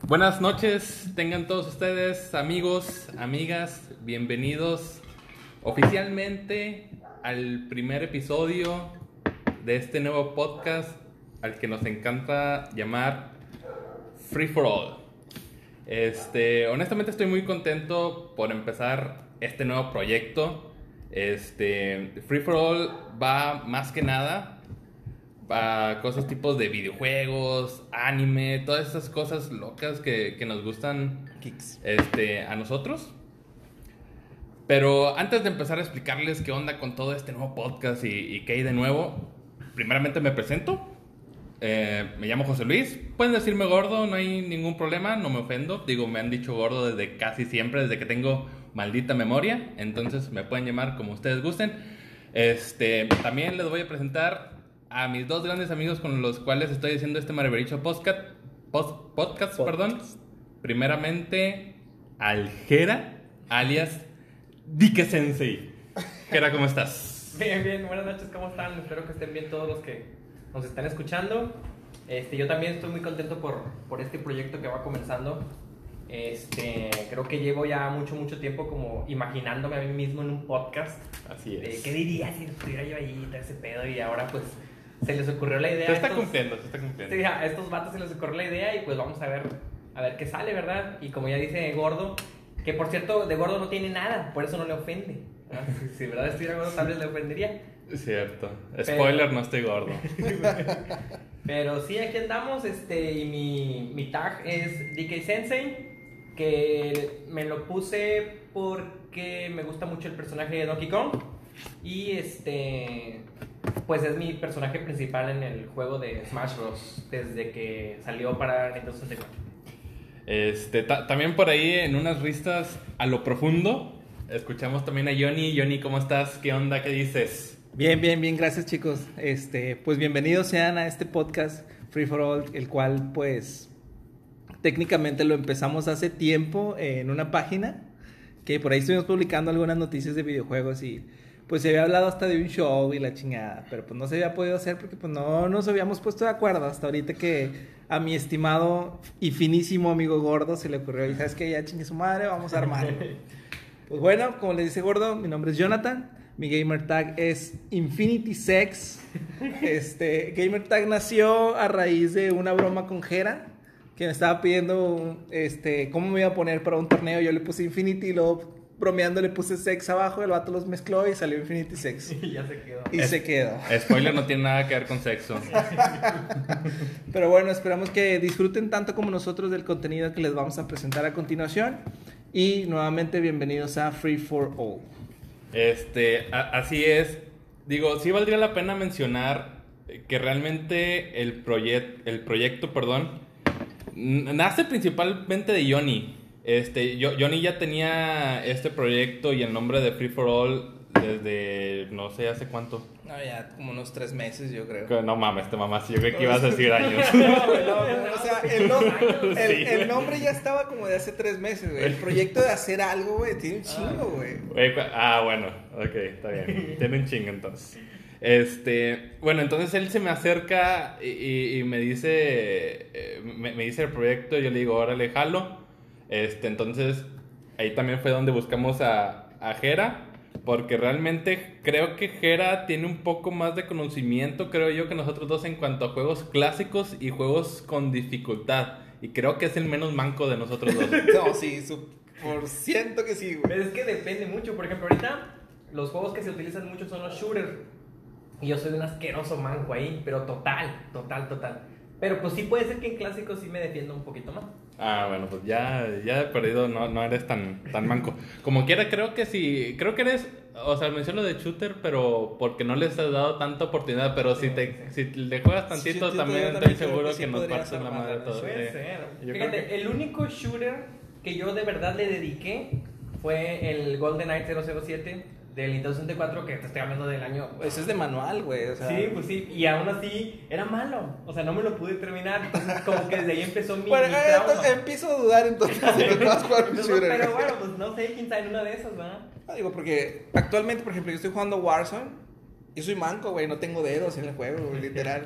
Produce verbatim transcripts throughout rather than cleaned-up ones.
Buenas noches, tengan todos ustedes, amigos, amigas, bienvenidos oficialmente al primer episodio de este nuevo podcast al que nos encanta llamar Free for All. Este, honestamente estoy muy contento por empezar este nuevo proyecto. Este, Free for All va más que nada a cosas tipos de videojuegos, anime, todas esas cosas locas que, que nos gustan este, a nosotros. Pero antes de empezar a explicarles qué onda con todo este nuevo podcast y, y qué hay de nuevo, primeramente me presento. Eh, me llamo José Luis. Pueden decirme gordo, no hay ningún problema, no me ofendo. Digo, me han dicho gordo desde casi siempre, desde que tengo maldita memoria. Entonces me pueden llamar como ustedes gusten. Este, también les voy a presentar a mis dos grandes amigos con los cuales estoy haciendo este maravilloso podcast, post, podcast, podcast. Perdón. Primeramente, al Jera, alias Dike Sensei. Jera, ¿cómo estás? Bien, bien, buenas noches, ¿cómo están? Espero que estén bien todos los que nos están escuchando. Este, yo también estoy muy contento por, por este proyecto que va comenzando. Este, creo que llevo ya mucho, mucho tiempo como imaginándome a mí mismo en un podcast. Así es. Eh, ¿Qué diría si estuviera yo allí, todo ese pedo? Y ahora pues se les ocurrió la idea. Se está estos, cumpliendo, se está cumpliendo. Sí, a estos vatos se les ocurrió la idea y pues vamos a ver, a ver qué sale, ¿verdad? Y como ya dice Gordo, que por cierto, de gordo no tiene nada, por eso no le ofende. Si, si verdad estuviera gordo, tal vez le ofendería. Cierto. Spoiler, pero, no estoy gordo. Pero sí, aquí andamos, este, y mi, mi tag es D K Sensei, que me lo puse porque me gusta mucho el personaje de Donkey Kong. Y este, pues es mi personaje principal en el juego de Smash Bros. Desde que salió para Nintendo sesenta y cuatro. Este, ta- también por ahí en unas ristas a lo profundo escuchamos también a Johnny. Johnny, ¿cómo estás? ¿Qué onda? ¿Qué dices? Bien, bien, bien, gracias chicos. Este, pues bienvenidos sean a este podcast Free for All, el cual pues técnicamente lo empezamos hace tiempo en una página que por ahí estuvimos publicando algunas noticias de videojuegos y pues se había hablado hasta de un show y la chingada, pero pues no se había podido hacer porque pues no nos habíamos puesto de acuerdo hasta ahorita que a mi estimado y finísimo amigo Gordo se le ocurrió y sabes que ya chingue su madre, vamos a armarlo. Pues bueno, como le dice Gordo, mi nombre es Jonathan, mi gamer tag es Infinity Sex. Este gamer tag nació a raíz de una broma con Jera que me estaba pidiendo este cómo me iba a poner para un torneo. Yo le puse Infinity y luego bromeando le puse Sex abajo, el vato los mezcló y salió Infinity Sex. Y ya se quedó. Y es, se quedó. Spoiler, no tiene nada que ver con sexo. Pero bueno, esperamos que disfruten tanto como nosotros del contenido que les vamos a presentar a continuación. Y nuevamente bienvenidos a Free for All. Este, a, así es. Digo, sí valdría la pena mencionar que realmente el, proyec- el proyecto, perdón, nace principalmente de Johnny. Este, yo, Johnny ya tenía este proyecto y el nombre de Free for All desde no sé hace cuánto. No, ya como unos tres meses yo creo. Que no mames, te mamaste, yo creo que ibas a decir años. No, no, no, o sea, el, no, el, sí, el nombre ya estaba como de hace tres meses, güey. El proyecto de hacer algo, güey, tiene un chingo, güey. Ah, bueno, ok, está bien. Tiene un chingo entonces. Este, bueno, entonces él se me acerca y, y, y me dice, eh, me, me dice el proyecto, yo le digo, órale, jalo. Este, entonces ahí también fue donde buscamos a, a Jera, porque realmente creo que Jera tiene un poco más de conocimiento, creo yo, que nosotros dos en cuanto a juegos clásicos y juegos con dificultad. Y creo que es el menos manco de nosotros dos. No, sí, su, por ciento que sí, güey. Pero es que depende mucho. Por ejemplo, ahorita los juegos que se utilizan mucho son los shooters. Y yo soy un asqueroso manco ahí, pero total, total, total. Pero pues sí puede ser que en clásicos sí me defienda un poquito más. Ah, bueno, pues ya, ya he perdido, no, no eres tan, tan manco. Como quiera, creo que sí, creo que eres, o sea, menciono de shooter, pero porque no les has dado tanta oportunidad, pero si te, si le juegas tantito, Sí, también también estoy seguro que, sí que nos podrías partes la madre armarla, todo. Puede Eh, ser. yo Fíjate, creo que- el único shooter que yo de verdad le dediqué fue el GoldenEye cero cero siete del Nintendo sesenta y cuatro, que te estoy hablando del año... Eso es de manual, güey, o sea... Sí, pues sí, y aún así era malo, o sea, no me lo pude terminar, entonces como que desde ahí empezó mi, Bueno, mi eh, trauma. entonces, empiezo a dudar entonces de que vas a jugar un Entonces, shooter. pero bueno, pues no sé, quién sabe en una de esas, ¿verdad? No, digo, porque actualmente, por ejemplo, yo estoy jugando Warzone. Yo soy manco, güey, no tengo dedos en el juego, güey, literal.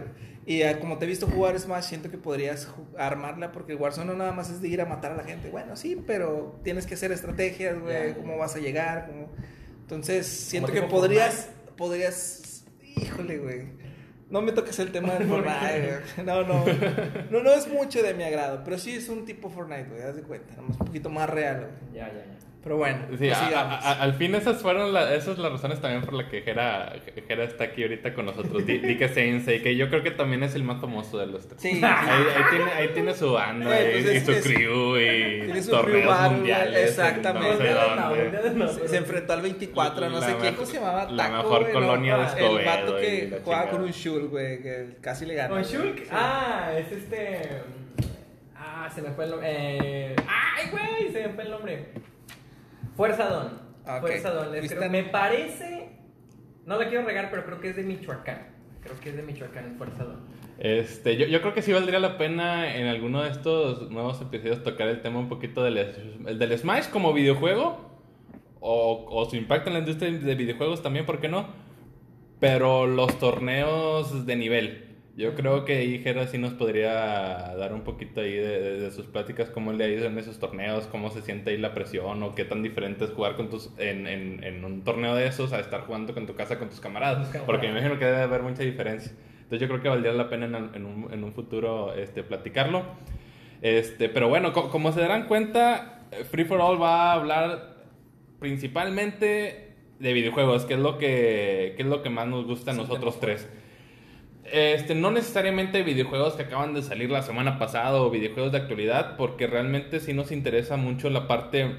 Y uh, como te he visto jugar Smash, siento que podrías armarla, porque el Warzone no nada más es de ir a matar a la gente. Bueno, sí, pero tienes que hacer estrategias, güey, yeah. cómo vas a llegar, cómo... Entonces, siento que podrías, podrías, híjole, güey, no me toques el tema del Fortnite, güey. No, no, no, no es mucho de mi agrado, pero sí es un tipo Fortnite, güey, haz de cuenta, un poquito más real, güey. Ya, ya, ya. Pero bueno, sí, a, a, a, al fin esas fueron la, esas las razones también por las que Jera, Jera está aquí ahorita con nosotros. Dike Sensei, que yo creo que también es el más famoso de los tres. Sí. Ahí, ahí, tiene, ahí tiene su banda, bueno, y, pues es, y su es, crew y tiene su torneos crew bar, mundiales. exactamente. No sé dónde. No, se, se enfrentó al veinticuatro, no la sé mejor, quién, ¿cómo se llamaba? La Taco, mejor güey, colonia no, de Escobedo. El vato que jugaba chingada. con un Shulk, güey, que casi le ganó. ¿Con Shulk? Sí. Ah, es este... Ah, se me fue el nombre. Eh... ¡Ay, güey! Se me fue el nombre. Fuerza Don. Okay. Fuerza Don. Creo, me parece... No la quiero regar, pero creo que es de Michoacán. Creo que es de Michoacán, Fuerza Don. Este, yo, yo creo que sí valdría la pena en alguno de estos nuevos episodios tocar el tema un poquito del, el del Smash como videojuego o, o su impacto en la industria de videojuegos también, ¿por qué no? Pero los torneos de nivel. Yo creo que ahí Jera sí nos podría dar un poquito ahí de, de, de sus pláticas, cómo le ha ido en esos torneos, cómo se siente ahí la presión o qué tan diferente es jugar con tus, en, en, en un torneo de esos a estar jugando con tu casa con tus camaradas. Porque me imagino que debe haber mucha diferencia. Entonces yo creo que valdría la pena en, en, un, en un futuro este, platicarlo. Este, pero bueno, co- como se darán cuenta, Free for All va a hablar principalmente de videojuegos, que es lo que, que, es lo que más nos gusta a sí, nosotros tres. Este, no necesariamente videojuegos que acaban de salir la semana pasada o videojuegos de actualidad, porque realmente sí nos interesa mucho la parte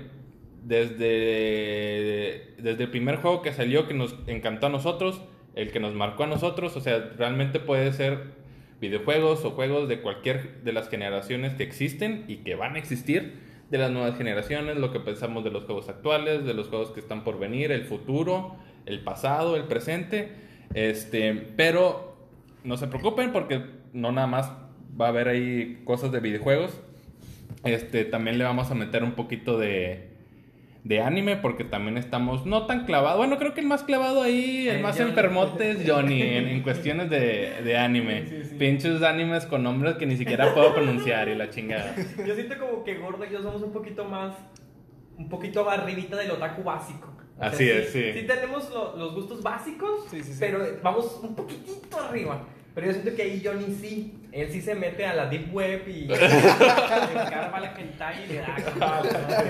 desde, desde el primer juego que salió, que nos encantó a nosotros, el que nos marcó a nosotros. O sea, realmente puede ser videojuegos o juegos de cualquier de las generaciones que existen y que van a existir, de las nuevas generaciones, lo que pensamos de los juegos actuales, de los juegos que están por venir, el futuro, el pasado, el presente. Este, pero no se preocupen porque no nada más va a haber ahí cosas de videojuegos. Este, también le vamos a meter un poquito de, de anime porque también estamos no tan clavados. Bueno, creo que el más clavado ahí, el más enfermote es Johnny en, en cuestiones de, de anime. Sí, sí, sí. Pinches animes con nombres que ni siquiera puedo pronunciar y la chingada. Yo siento como que Gordo y yo somos un poquito más, un poquito arribita del otaku básico. O Así sea, es, sí. sí. Sí tenemos lo, los gustos básicos, sí, sí, sí. pero vamos un poquitito arriba. Pero yo siento que ahí Johnny sí, él sí se mete a la deep web y le carva la hentai y le da como,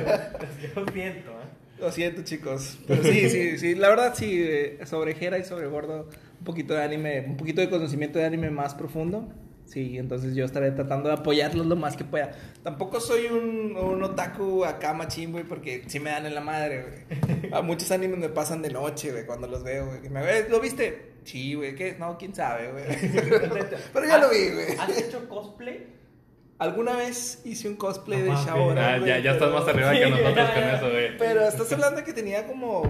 yo siento, ¿eh? Lo siento, chicos. Pero sí, sí, sí. La verdad, sí, sobre Jera y sobre Gordo, un poquito de anime, un poquito de conocimiento de anime más profundo. Sí, entonces yo estaré tratando de apoyarlos lo más que pueda. Tampoco soy un, un otaku acá machín, güey, porque sí me dan en la madre, güey. A muchos animes me pasan de noche, güey, cuando los veo, güey. Me ve, ¿lo viste? Sí, güey, ¿qué? No, quién sabe, güey. Pero ya lo vi, güey. ¿Has hecho cosplay? Alguna vez hice un cosplay no, de Shaoran, ah, güey, ya, ya pero... estás más arriba sí, que nosotros ya, con eso, güey. Pero estás hablando de que tenía como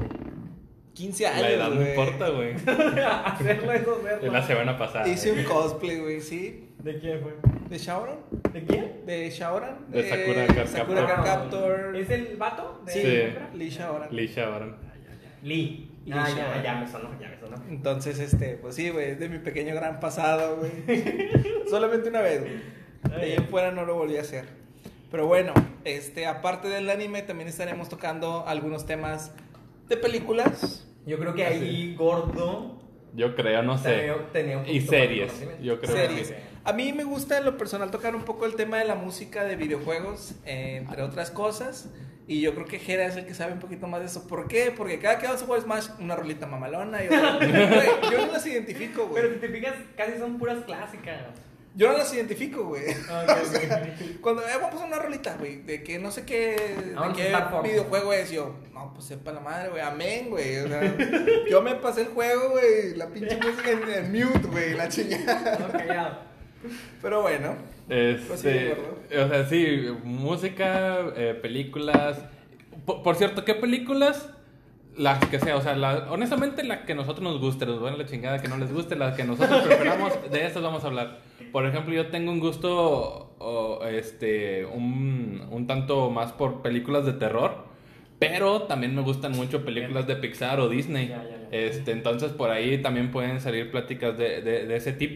quince años, la edad güey. No importa, güey. Hacerlo es hacerlo. La semana pasada. Hice un cosplay, güey, sí. ¿De quién fue? ¿De Shaoran? ¿De quién? De Shaoran. De Sakura eh, Card Sakura Card Captor. ¿Es el vato? De Sí, sí. Lee Shaoran. Lee Shaoran. Lee. Lee Ah, Shaoran. ya, ya me sonó, ya me sonó. Entonces, este, pues sí, güey, es de mi pequeño gran pasado, güey. Solamente una vez, güey. De ahí en fuera no lo volví a hacer. Pero bueno, este, aparte del anime, también estaremos tocando algunos temas de películas. Yo creo que ahí Gordo Yo creo, no sé. tenía, tenía un y series. Yo creo series. que sí. A mí me gusta en lo personal tocar un poco el tema de la música de videojuegos, eh, entre otras cosas. Y yo creo que Jera es el que sabe un poquito más de eso. ¿Por qué? Porque cada que vamos a jugar Smash, una rolita mamalona y otra. Güey, yo no las identifico, güey. Pero si te fijas, casi son puras clásicas. Yo no las identifico, güey. Okay, okay. Cuando eh, vamos a una rolita, güey, de que no sé qué, Vamos de qué videojuego es, yo, no, pues sepa la madre, güey, amén, güey. O sea, yo me pasé el juego, güey, la pinche música en, en mute, güey, la chingada. No, callado. Pero bueno. Este, pues sí, o sea, sí, música, eh, películas. Por, por cierto, ¿qué películas? Las que sea, o sea, la, honestamente, la que a nosotros nos guste, nos van a la chingada que no les guste, las que nosotros preferamos, de esas vamos a hablar. Por ejemplo, yo tengo un gusto, o, este, un, un tanto más por películas de terror, pero también me gustan mucho películas de Pixar o Disney. Ya, ya, ya. Este, entonces, por ahí también pueden salir pláticas de, de, de ese tipo.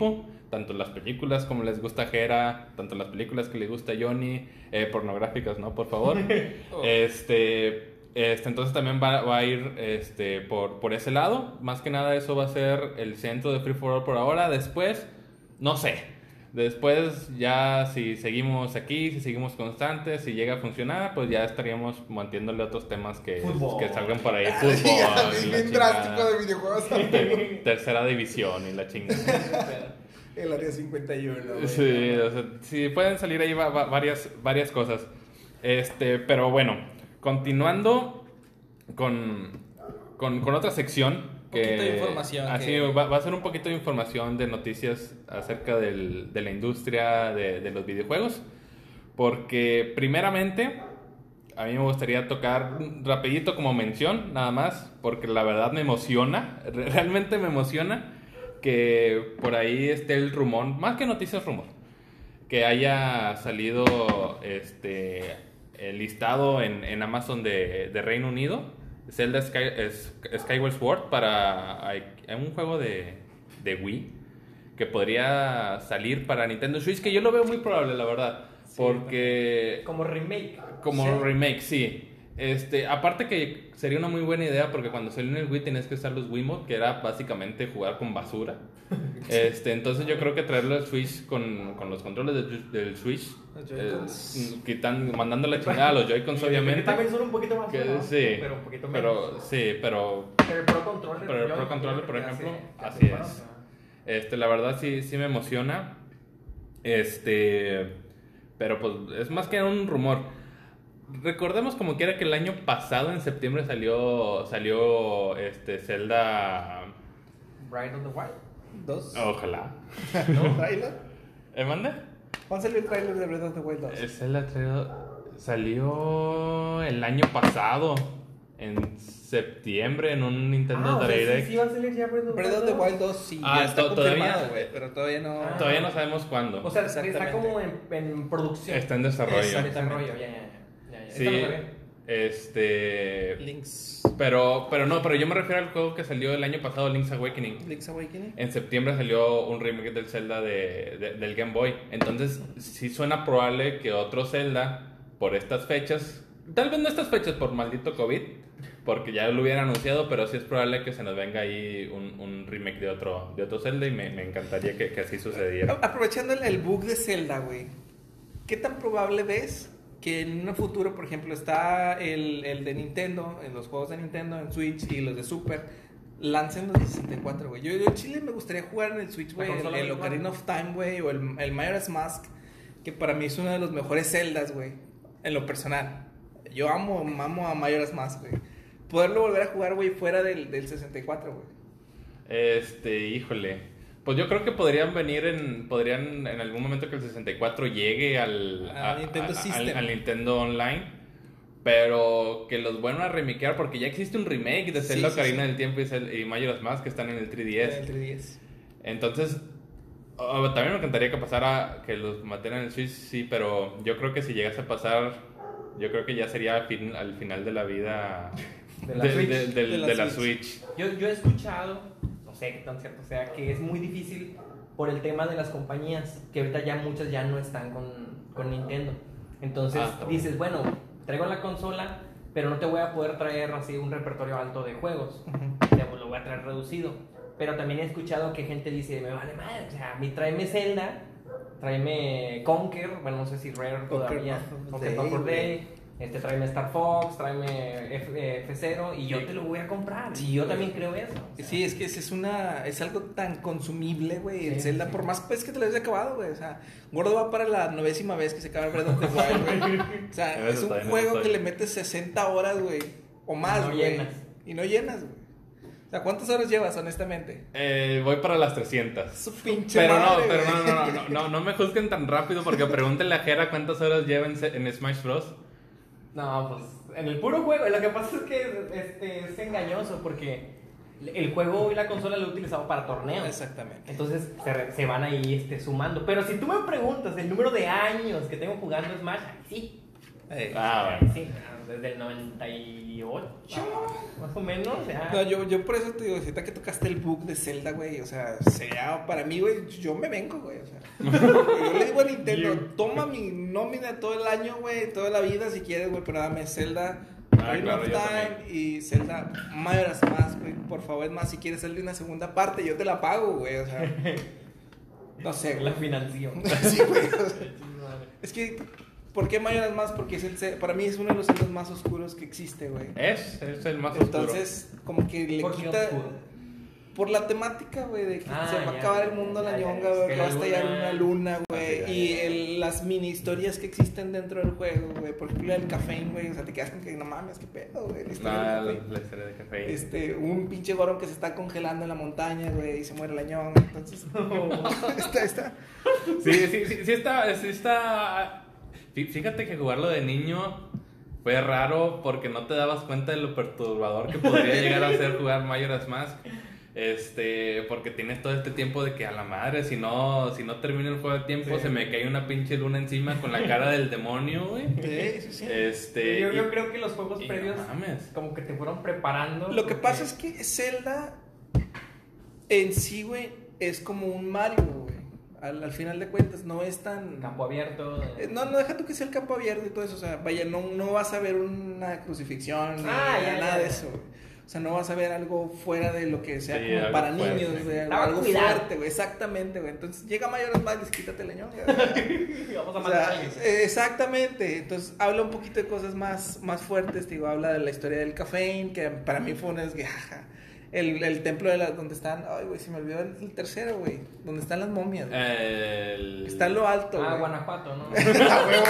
tanto las películas como les gusta a Jera, tanto las películas que le gusta a Johnny, eh, pornográficas, ¿no? Por favor. Oh. Este... Este, entonces también va, va a ir este, por, por ese lado. Más que nada eso va a ser el centro de Free for All por ahora. Después, no sé. Después ya si seguimos aquí, si seguimos constantes, si llega a funcionar, pues ya estaríamos manteniéndole otros temas que, que salgan por ahí. Fútbol. Es bien drástico de videojuegos. Ter- tercera división y la chingada. El área cincuenta y uno. güey. Sí, o sea, sí, pueden salir ahí va, va, varias, varias cosas. Este, pero bueno. Continuando con, con, con otra sección. Que, Un poquito de información. Así que... va, va a ser un poquito de información de noticias acerca del, de la industria de, de los videojuegos. Porque primeramente, a mí me gustaría tocar rapidito como mención, nada más. Porque la verdad me emociona, realmente me emociona que por ahí esté el rumor, más que noticias rumor, que haya salido este... el listado en, en Amazon de, de Reino Unido, Zelda Sky, es, Skyward Sword para hay, hay un juego de, de Wii que podría salir para Nintendo Switch, que yo lo veo muy probable, la verdad, sí, porque como remake, como sí. remake, sí. Este, aparte que sería una muy buena idea porque cuando salió en el Wii tenías que usar los Wiimote, que era básicamente jugar con basura. Este, entonces yo creo que traerlo al Switch con, con los controles del, del Switch, eh, quitan, mandando la chingada a los Joy-Cons, obviamente. Que también son un poquito más, que, ¿no? sí, pero un poquito menos. Pero, sí, pero, pero el Pro Controller, pero el yo, Pro Controller, yo por creo que ejemplo, hace- así hace es. para- Este, la verdad sí, sí me emociona. Este, pero pues es más que un rumor. Recordemos como quiera que el año pasado en septiembre salió salió este Zelda. Breath of the Wild. ¿Dos? Ojalá. ¿No? ¿Trailer? ¿Eh, mande? ¿Cuándo salió el trailer de Breath of the Wild dos? Eh, Zelda traído- salió el año pasado en septiembre en un Nintendo Ah, o sea, Direct. sí, sí va a salir ya Breath of the Breath of Wild the dos. Wild dos sí, Ah, ya está to- todavía- confirmado, güey, pero todavía no... Ah. Todavía no sabemos cuándo. O sea, está Exactamente. como en, en producción. Está en desarrollo. Está en Exactamente. desarrollo, ya, ya, ya. ya, ya. Sí, Esta no sabía. este, Links... pero pero no, pero yo me refiero al juego que salió el año pasado, Link's Awakening. Link's Awakening. En septiembre salió un remake del Zelda de, de- del Game Boy. Entonces, sí suena probable que otro Zelda, por estas fechas, tal vez no estas fechas por maldito COVID, porque ya lo hubieran anunciado, pero sí es probable que se nos venga ahí un, un remake de otro, de otro Zelda y me, me encantaría que, que así sucediera. Aprovechando el, el bug de Zelda, güey, ¿qué tan probable ves que en un futuro, por ejemplo, está el, el de Nintendo, en los juegos de Nintendo, en Switch y los de Super, lancen los de sesenta y cuatro, güey? Yo, yo en Chile me gustaría jugar en el Switch, güey, La el, consola el virtual. Ocarina of Time, güey, o el, el Majora's Mask, que para mí es uno de los mejores Zeldas, güey, en lo personal. Yo amo, amo a Majora's Mask, güey. Poderlo volver a jugar, güey, fuera del, del sesenta y cuatro, güey. Este, híjole. Pues yo creo que podrían venir en. Podrían en algún momento que el sesenta y cuatro llegue al. A Nintendo a- System. Al, al Nintendo Online. Pero que los vuelvan a remakear. Porque ya existe un remake de Zelda Sí, sí, Ocarina sí. del Tiempo y, Zel- y Majora's Mask que están en el tres D S. En el tres D S. Entonces. oh, también me encantaría que pasara. Que los mataran en el Switch, sí. Pero yo creo que si llegase a pasar. Yo creo que ya sería al, fin- al final de la vida. De la de, Switch. de- del- De la de la Switch. Switch. Yo, yo he escuchado, no sé qué tan cierto sea, que es muy difícil por el tema de las compañías, que ahorita ya muchas ya no están con, con Nintendo. Entonces Ah, está dices, bueno, traigo la consola, pero no te voy a poder traer así un repertorio alto de juegos. Te lo voy a traer reducido. Pero también he escuchado que gente dice, me vale madre, o sea, a mí tráeme Zelda, tráeme Conker, bueno, no sé si Rare todavía, Path of Conker Day, Path of güey. Day. Este, tráeme Star Fox, tráeme F, F cero y yo te lo voy a comprar. Y yo también creo eso. O sea, Sí, es que es, es una es algo tan consumible, güey, el Sí, Zelda, sí. por más pues que te lo hayas acabado, güey, o sea, Gordo va para la novésima vez que se acaba Breath of the Wild, güey. O sea, En eso es un estoy, en eso juego estoy. que le metes sesenta horas, güey, o más, No güey. llenas. Y no llenas, güey. O sea, ¿cuántas horas llevas, honestamente? Eh, voy para las trescientas. Su pinche Pero no, madre, pero güey. no, no, no, no, no, no me juzguen tan rápido porque pregúntenle a Jera cuántas horas lleva en, en Smash Bros. no, pues en el puro juego, lo que pasa es que este, es engañoso porque el juego y la consola lo he utilizado para torneos. Exactamente. Entonces se, re- se van ahí este, sumando. Pero si tú me preguntas el número de años que tengo jugando Smash, ahí sí. Eh, Ah, bueno. Sí, desde el noventa y ocho, más o menos. Ya. No, yo, yo por eso te digo, si ahorita que tocaste el book de Zelda, güey, o sea, sería para mí, güey, yo me vengo, güey, o sea. Yo le digo a Nintendo, toma mi nómina todo el año, güey, toda la vida si quieres, güey, pero dame Zelda Ah, Ocarina claro, of yo Time también. y Zelda Majora's Mask, güey, por favor, es más, si quieres salir una segunda parte, yo te la pago, güey, o sea. No sé, La güey. financió. Sí, güey, o sea, es que, ¿por qué Majora's Mask? Porque es el, ce- para mí es uno de los Zeldas más oscuros que existe, güey. Es, es el más oscuro. Entonces, como que le ¿Por qué quita oscuro? por la temática, güey, de que Ah, se va a ya, acabar el ya, mundo a la ya, ya, ñonga, es güey, que que va a la estallar luna- una luna, güey, Así, ya, y ya. el- las mini historias que existen dentro del juego, güey, por ejemplo, el café, güey, o sea, te quedas con que no mames, qué pedo, güey, la historia Ah, del la, Cafein. la historia de café. Este, un pinche gorón que se está congelando en la montaña, güey, y se muere la ñonga, entonces, está, está, Sí, sí, sí, sí está, sí está... Fí- Fíjate que jugarlo de niño fue raro porque no te dabas cuenta de lo perturbador que podría llegar a ser jugar Majora's Mask. Este, porque tienes todo este tiempo de que a la madre, si no, si no termina el juego de tiempo, Sí. se me cae una pinche luna encima con la cara del demonio, güey. sí, sí, sí. Este, Yo, yo y- creo que los juegos y previos no mames. como que te fueron preparando. Lo que porque- pasa es que Zelda en sí, güey, es como un Mario, güey. Al, al final de cuentas, no es tan... Campo abierto. Eh, No, no deja tú que sea el campo abierto y todo eso. O sea, vaya, no, no vas a ver una crucifixión ni Ah, ya, nada ya, de ya. eso. Güey. O sea, no vas a ver algo fuera de lo que sea Sí, como algo para fuerte. niños, güey. Algo, Estaba algo cuidado. fuerte, güey. Exactamente, güey. Entonces llega Majora's Mask y quítate la ñonga. Vamos a O matar a sea, alguien. eh, exactamente. Entonces habla un poquito de cosas más, más fuertes. Digo, habla de la historia del Cafein, que para mí fue una desgaja. El, el templo de la, donde están. Ay, güey, se me olvidó el, el tercero, güey. Donde están las momias. güey. El... Está en lo alto, Ah, güey. Guanajuato, ¿no? A huevo,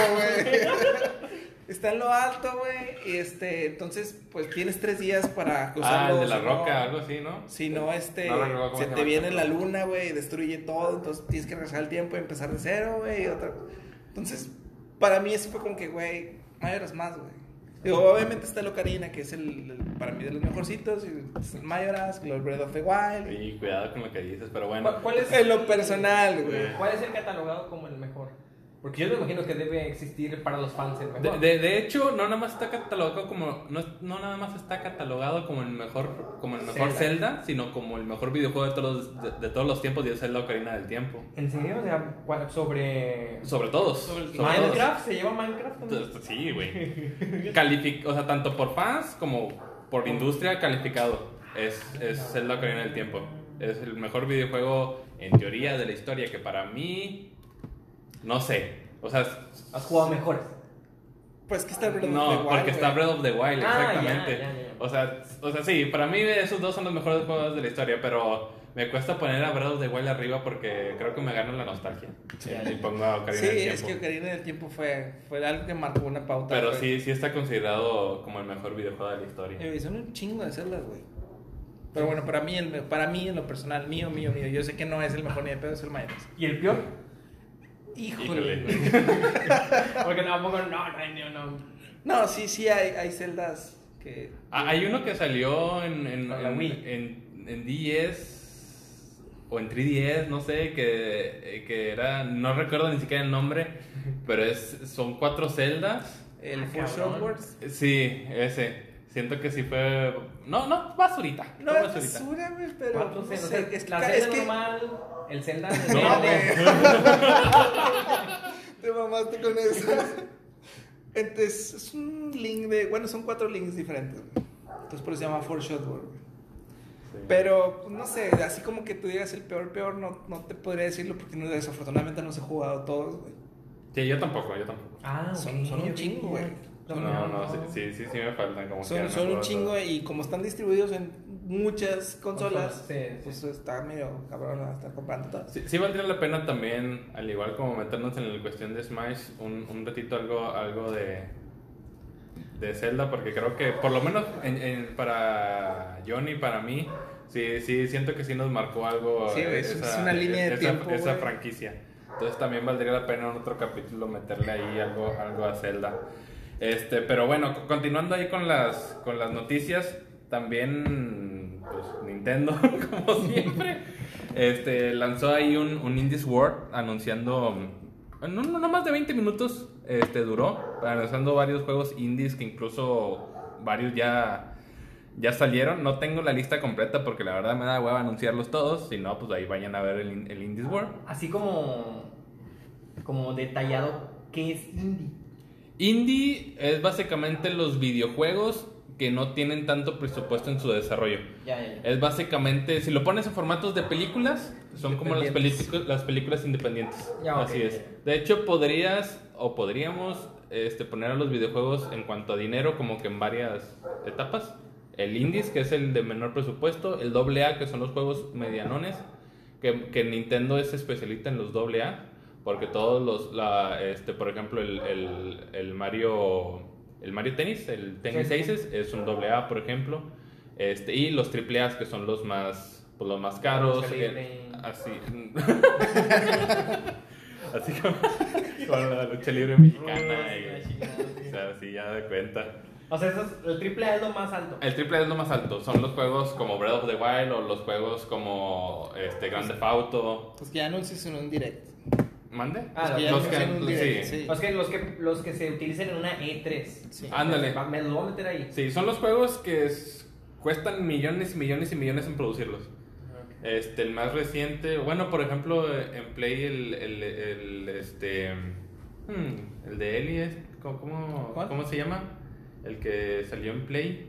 güey. Está en lo alto, güey. Y este, entonces, pues tienes tres días para Ah, cruzarlo. el de la si no- roca, algo así, ¿no? Si no, este, No recuerdo cómo se se te llama viene el la templo. luna, güey, y destruye todo. Entonces tienes que regresar al tiempo y empezar de cero, güey. y otra- Entonces, para mí eso fue como que, güey, Majora's Mask, güey. Digo, obviamente está el Ocarina, que es el, el- para mí de los mejorcitos. Y es el Majora's, el Breath of the Wild. Y cuidado con lo que dices, pero bueno. ¿Cuál, cuál es, En lo personal, güey. ¿Cuál es el catalogado como el mejor? Porque yo me imagino que debe existir para los fans el De, mejor. de, de hecho, no nada más está catalogado como no, es- no nada más está catalogado como el mejor como el mejor Zelda. Zelda, sino como el mejor videojuego de todos de, de todos los tiempos y es Zelda Ocarina del Tiempo. ¿En serio? O sea, ¿cuál- sobre... Sobre todos. Sobre el- sobre todos. ¿Minecraft? ¿Se lleva Minecraft también? Entonces, Sí, güey. Calific- o sea, tanto por fans como por industria calificado. Es, es Zelda Ocarina del Tiempo. Es el mejor videojuego en teoría de la historia que para mí no sé. O sea, ¿Has jugado mejores? Pues que está Breath of the no, Wild, porque güey. está Breath of the Wild, Ah, exactamente. ya, ya, ya. O sea, o sea, sí, para mí esos dos son los mejores juegos de la historia, pero me cuesta poner a Breath of the Wild arriba porque creo que me gana la nostalgia. Y pongo a Ocarina Sí, del es Tiempo. que Ocarina del Tiempo fue, fue algo que marcó una pauta. Pero güey. sí, sí está considerado como el mejor videojuego de la historia. Eh, son un chingo de celdas, güey. Pero bueno, para mí, en- para mí, en lo personal, mío, mío, mío, yo sé que no es el mejor ni de pedo, es el Majora's. ¿Y el peor? Híjole. Híjole. güey. Porque tampoco, no, no, no, no. No, sí, sí, hay, hay celdas que... Ah, hay uno que salió en, en, Con la en, Wii. en- en D S o en tres D S, no sé, que, que era, no recuerdo ni siquiera el nombre, pero es, son cuatro celdas. El Ah, Four cabrón. Shortwords. Sí, ese. Siento que sí fue. No, no, basurita. No fue es basurita. basura, güey, pero... Cuatro no celdas. sé, O sea, es que- la es celda que- normal, el celda de No, Te mamaste con eso. Entonces, es un link de... Bueno, son cuatro links diferentes, güey. Entonces, por eso se llama Four Shortwords, güey. Sí. Pero, pues, no sé, así como que tú digas el peor, peor, no, no te podría decirlo porque no, desafortunadamente no se he jugado todos, güey. Sí, yo tampoco, yo tampoco. Ah, Son- ok, son un ok. chingo, güey. No, no, sí, sí, sí, sí me faltan. Como Son, que son no un puedo- chingo y como están distribuidos en muchas consolas, Consolas, sí, sí. pues está medio cabrón a estar comprando todo. Sí, sí valdría la pena también, al igual como meternos en la cuestión de Smash, un, un ratito algo, algo de, de Zelda, porque creo que por lo menos en, en- para Johnny, para mí, sí, sí siento que sí nos marcó algo. Sí, eh, es- es una línea de esa, tiempo, esa güey. franquicia. Entonces también valdría la pena en otro capítulo meterle ahí algo, algo a Zelda. Este, pero bueno, co- continuando ahí con las, con las noticias, también pues, Nintendo, como siempre, este, lanzó ahí un, un Indies World anunciando en un- no más de veinte minutos este, duró, analizando varios juegos indies que incluso varios ya, ya salieron. No tengo la lista completa porque la verdad me da hueva anunciarlos todos. Si no, pues ahí vayan a ver el, el Indies World. Así como, como detallado, ¿qué es indie? Indie es básicamente los videojuegos que no tienen tanto presupuesto en su desarrollo. Ya, ya, ya. Es básicamente, si lo pones en formatos de películas, son como las, películas las películas independientes. Ya, Así ok, es. ya. De hecho, podrías o podríamos este, poner a los videojuegos en cuanto a dinero como que en varias etapas. El indies, que es el de menor presupuesto. El doble A, que son los juegos medianones. Que, que Nintendo es especialista en los doble A. Porque todos los, la, este, por ejemplo, el, el, el Mario... El Mario Tennis, el Tennis Sí, sí. Aces, es un doble A, por ejemplo. Este, y los triple A, que son los más, pues, los más caros. Lucha libre. eh, así. Así como, como la lucha libre mexicana. Y, o sea, así ya de cuenta. O sea, eso es- el triple A es lo más alto. El triple A es lo más alto. Son los juegos como Breath of the Wild o los juegos como este, Grand Theft Auto. Pues que ya anuncias en un direct. ¿Mande? Ah, Pues que ya los anuncias en un que, direct, sí. sí. Los que, los, que, los que se utilicen en una E tres. Sí. Ándale. Va- Me los voy a meter ahí. Sí, son los juegos que es- cuestan millones y millones y millones en producirlos. Este, el más reciente, bueno, por ejemplo, eh, en Play el, el, el, este, hmm, el de Eli, es- ¿cómo, cómo, ¿Cuál? cómo se llama? El que salió en Play.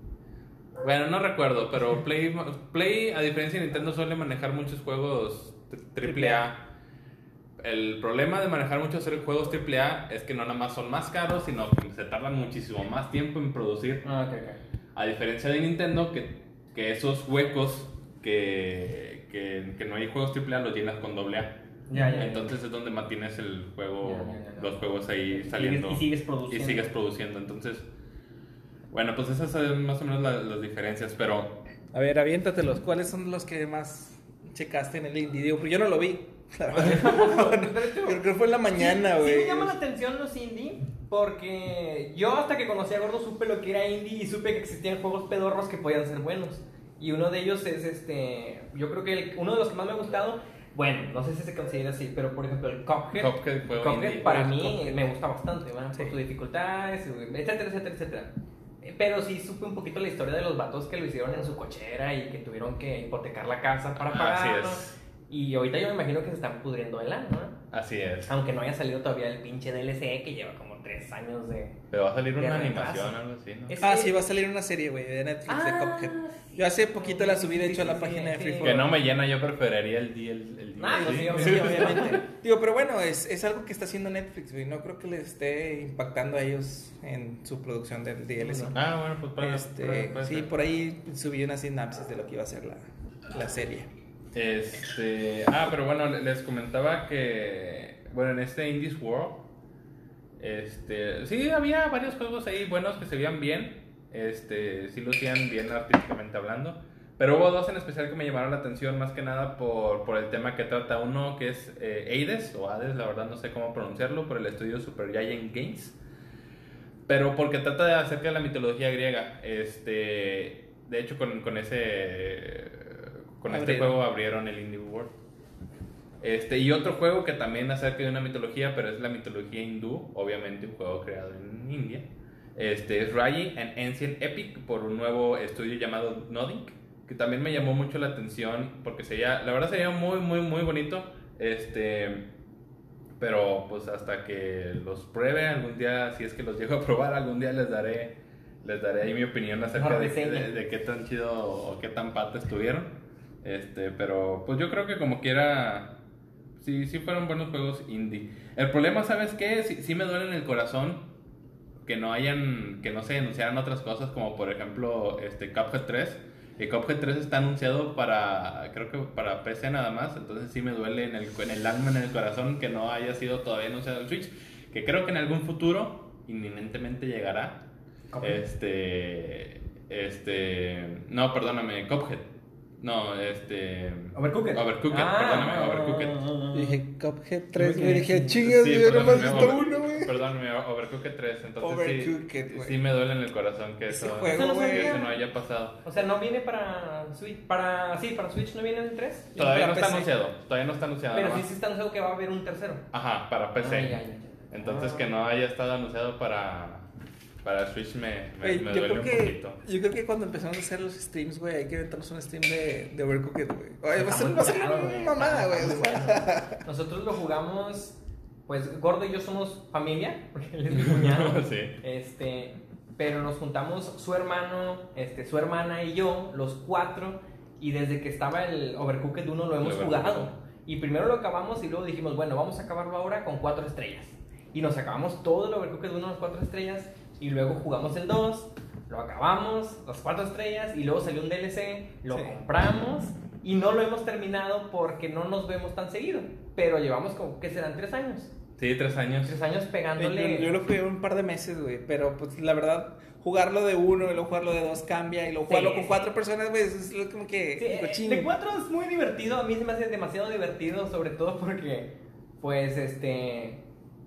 Bueno, no recuerdo, pero Play, Play, a diferencia de Nintendo, suele manejar muchos juegos triple A. El problema de manejar muchos juegos triple A es que no nada más son más caros, sino que se tardan muchísimo más tiempo en producir. Ah, ok, ok. A diferencia de Nintendo, que, que esos huecos que, que, que no hay juegos triple A los llenas con doble A. Ya, ya, ya. Entonces es donde mantienes el juego, Ya, ya, ya. los juegos ahí saliendo. Y sigues produciendo. Y sigues produciendo. Entonces, bueno, pues esas son más o menos la- las diferencias. Pero A ver, aviéntatelos. ¿Cuáles son los que más checaste en el indie? Digo, porque yo no lo vi. La verdad. Creo que fue en la mañana, Sí, güey. sí me llaman la atención los indie porque yo hasta que conocí a Gordo supe lo que era indie y supe que existían juegos pedorros que podían ser buenos. Y uno de ellos es este, yo creo que el- uno de los que más me ha gustado, bueno, no sé si se considera así, pero por ejemplo el Cuphead, Cuphead fue Cuphead indie. para El mí Cuphead. me gusta bastante, ¿verdad? Sí. Por sus dificultades, etcétera, etcétera, etcétera. Eh, Pero sí supe un poquito la historia de los vatos que lo hicieron en su cochera y que tuvieron que hipotecar la casa para Así pagarlo. es. Y ahorita yo me imagino que se están pudriendo el ano, ¿no? así es. Aunque no haya salido todavía el pinche D L C que lleva como tres años de... Pero va a salir de una retraso. animación o algo así, ¿no? Es- Ah, sí, va a salir una serie, güey, de Netflix Ah, de Cuphead. sí. Yo hace poquito la subí, de Sí, hecho, a la sí, página de sí. Free for Que All. no me llena, yo preferiría el D L C. Ah, pues sí, Sí, obviamente. Digo, pero bueno, es, es algo que está haciendo Netflix, güey. No creo que les esté impactando a ellos en su producción del D L C. Ah, bueno, pues para, Este, para- sí, por ahí subí una sinapsis de lo que iba a ser la, la serie. Este, ah, pero bueno, les comentaba que, bueno, en este Indies World, este, sí, había varios juegos ahí buenos que se veían bien, este, sí lo hacían bien artísticamente hablando, pero hubo dos en especial que me llamaron la atención más que nada por, por el tema que trata. Uno que es eh, Hades, o Hades, la verdad no sé cómo pronunciarlo, por el estudio Super Giant Games, pero porque trata de acerca de la mitología griega, este, de hecho con, con ese... Con este Abrieron. juego abrieron el Indie World. Este, y otro juego que también acerca de una mitología, pero es la mitología hindú, obviamente un juego creado en India. Este, es Raji and Ancient Epic por un nuevo estudio llamado Nodding, que también me llamó mucho la atención porque sería, la verdad sería muy, muy, muy bonito. Este, pero pues hasta que los pruebe algún día, si es que los llego a probar, algún día les daré, les daré ahí mi opinión acerca Una de, reseña. de, de qué tan chido o qué tan pata estuvieron. Este, pero pues yo creo que como quiera, sí, sí fueron buenos juegos indie. El problema, ¿sabes qué? Sí, sí me duele en el corazón que no hayan, que no se anunciaran otras cosas como por ejemplo este Cuphead tres. Y Cuphead tres está anunciado para, creo que para P C nada más, entonces sí me duele en el, en el alma, en el corazón que no haya sido todavía anunciado en Switch, que creo que en algún futuro inminentemente llegará. Cuphead. Este, este, no, perdóname, Cuphead. No, este... Overcooked. Overcooked, Ah. perdóname, Overcooked. Yo dije Cuphead tres, Yo güey. me Dije, quedé- chingas, Sí, güey, yo nomás he perdóname, visto Over- uno, güey. Perdóname, Overcooked tres, entonces Overcooked, sí, güey. sí me duele en el corazón que Ese eso, juego, Eso no güey. que sabía. eso no haya pasado. O sea, ¿no viene para Switch? Para, sí, para Switch no viene el tres. Todavía para no está P C. anunciado, todavía no está anunciado. Pero nada sí más. se está anunciando que va a haber un tercero. Ajá, para P C. Ah, ya, ya, ya. Entonces Ah. que no haya estado anunciado para, para Switch me, me, Güey, me yo, duele creo un que, poquito. yo creo que cuando empezamos a hacer los streams, güey, hay que inventarnos un stream de, de Overcooked, güey. Oye, va a ser, va a ser Claro, una güey, mamada, güey. está o muy sea. bueno. Nosotros lo jugamos, pues Gordo y yo somos familia, porque él es mi cuñado. Sí. Este, pero nos juntamos su hermano, este, su hermana y yo, los cuatro, y desde que estaba el Overcooked uno lo hemos El jugado. Overcooked. Y primero lo acabamos y luego dijimos, bueno, vamos a acabarlo ahora con cuatro estrellas. Y nos acabamos todo el Overcooked uno, las cuatro estrellas, y luego jugamos el dos, lo acabamos, las cuatro estrellas, y luego salió un D L C, lo Sí. compramos, y no lo hemos terminado porque no nos vemos tan seguido. Pero llevamos como, ¿qué serán? ¿Tres años? Sí, tres años. Tres años pegándole. Yo, yo lo jugué un par de meses, güey, pero pues la verdad, jugarlo de uno y luego jugarlo de dos cambia, y luego Sí, jugarlo con sí. cuatro personas, güey, es lo- como que Sí, digo, eh, chingo. de cuatro es muy divertido, a mí se me hace demasiado divertido, sobre todo porque, pues, este,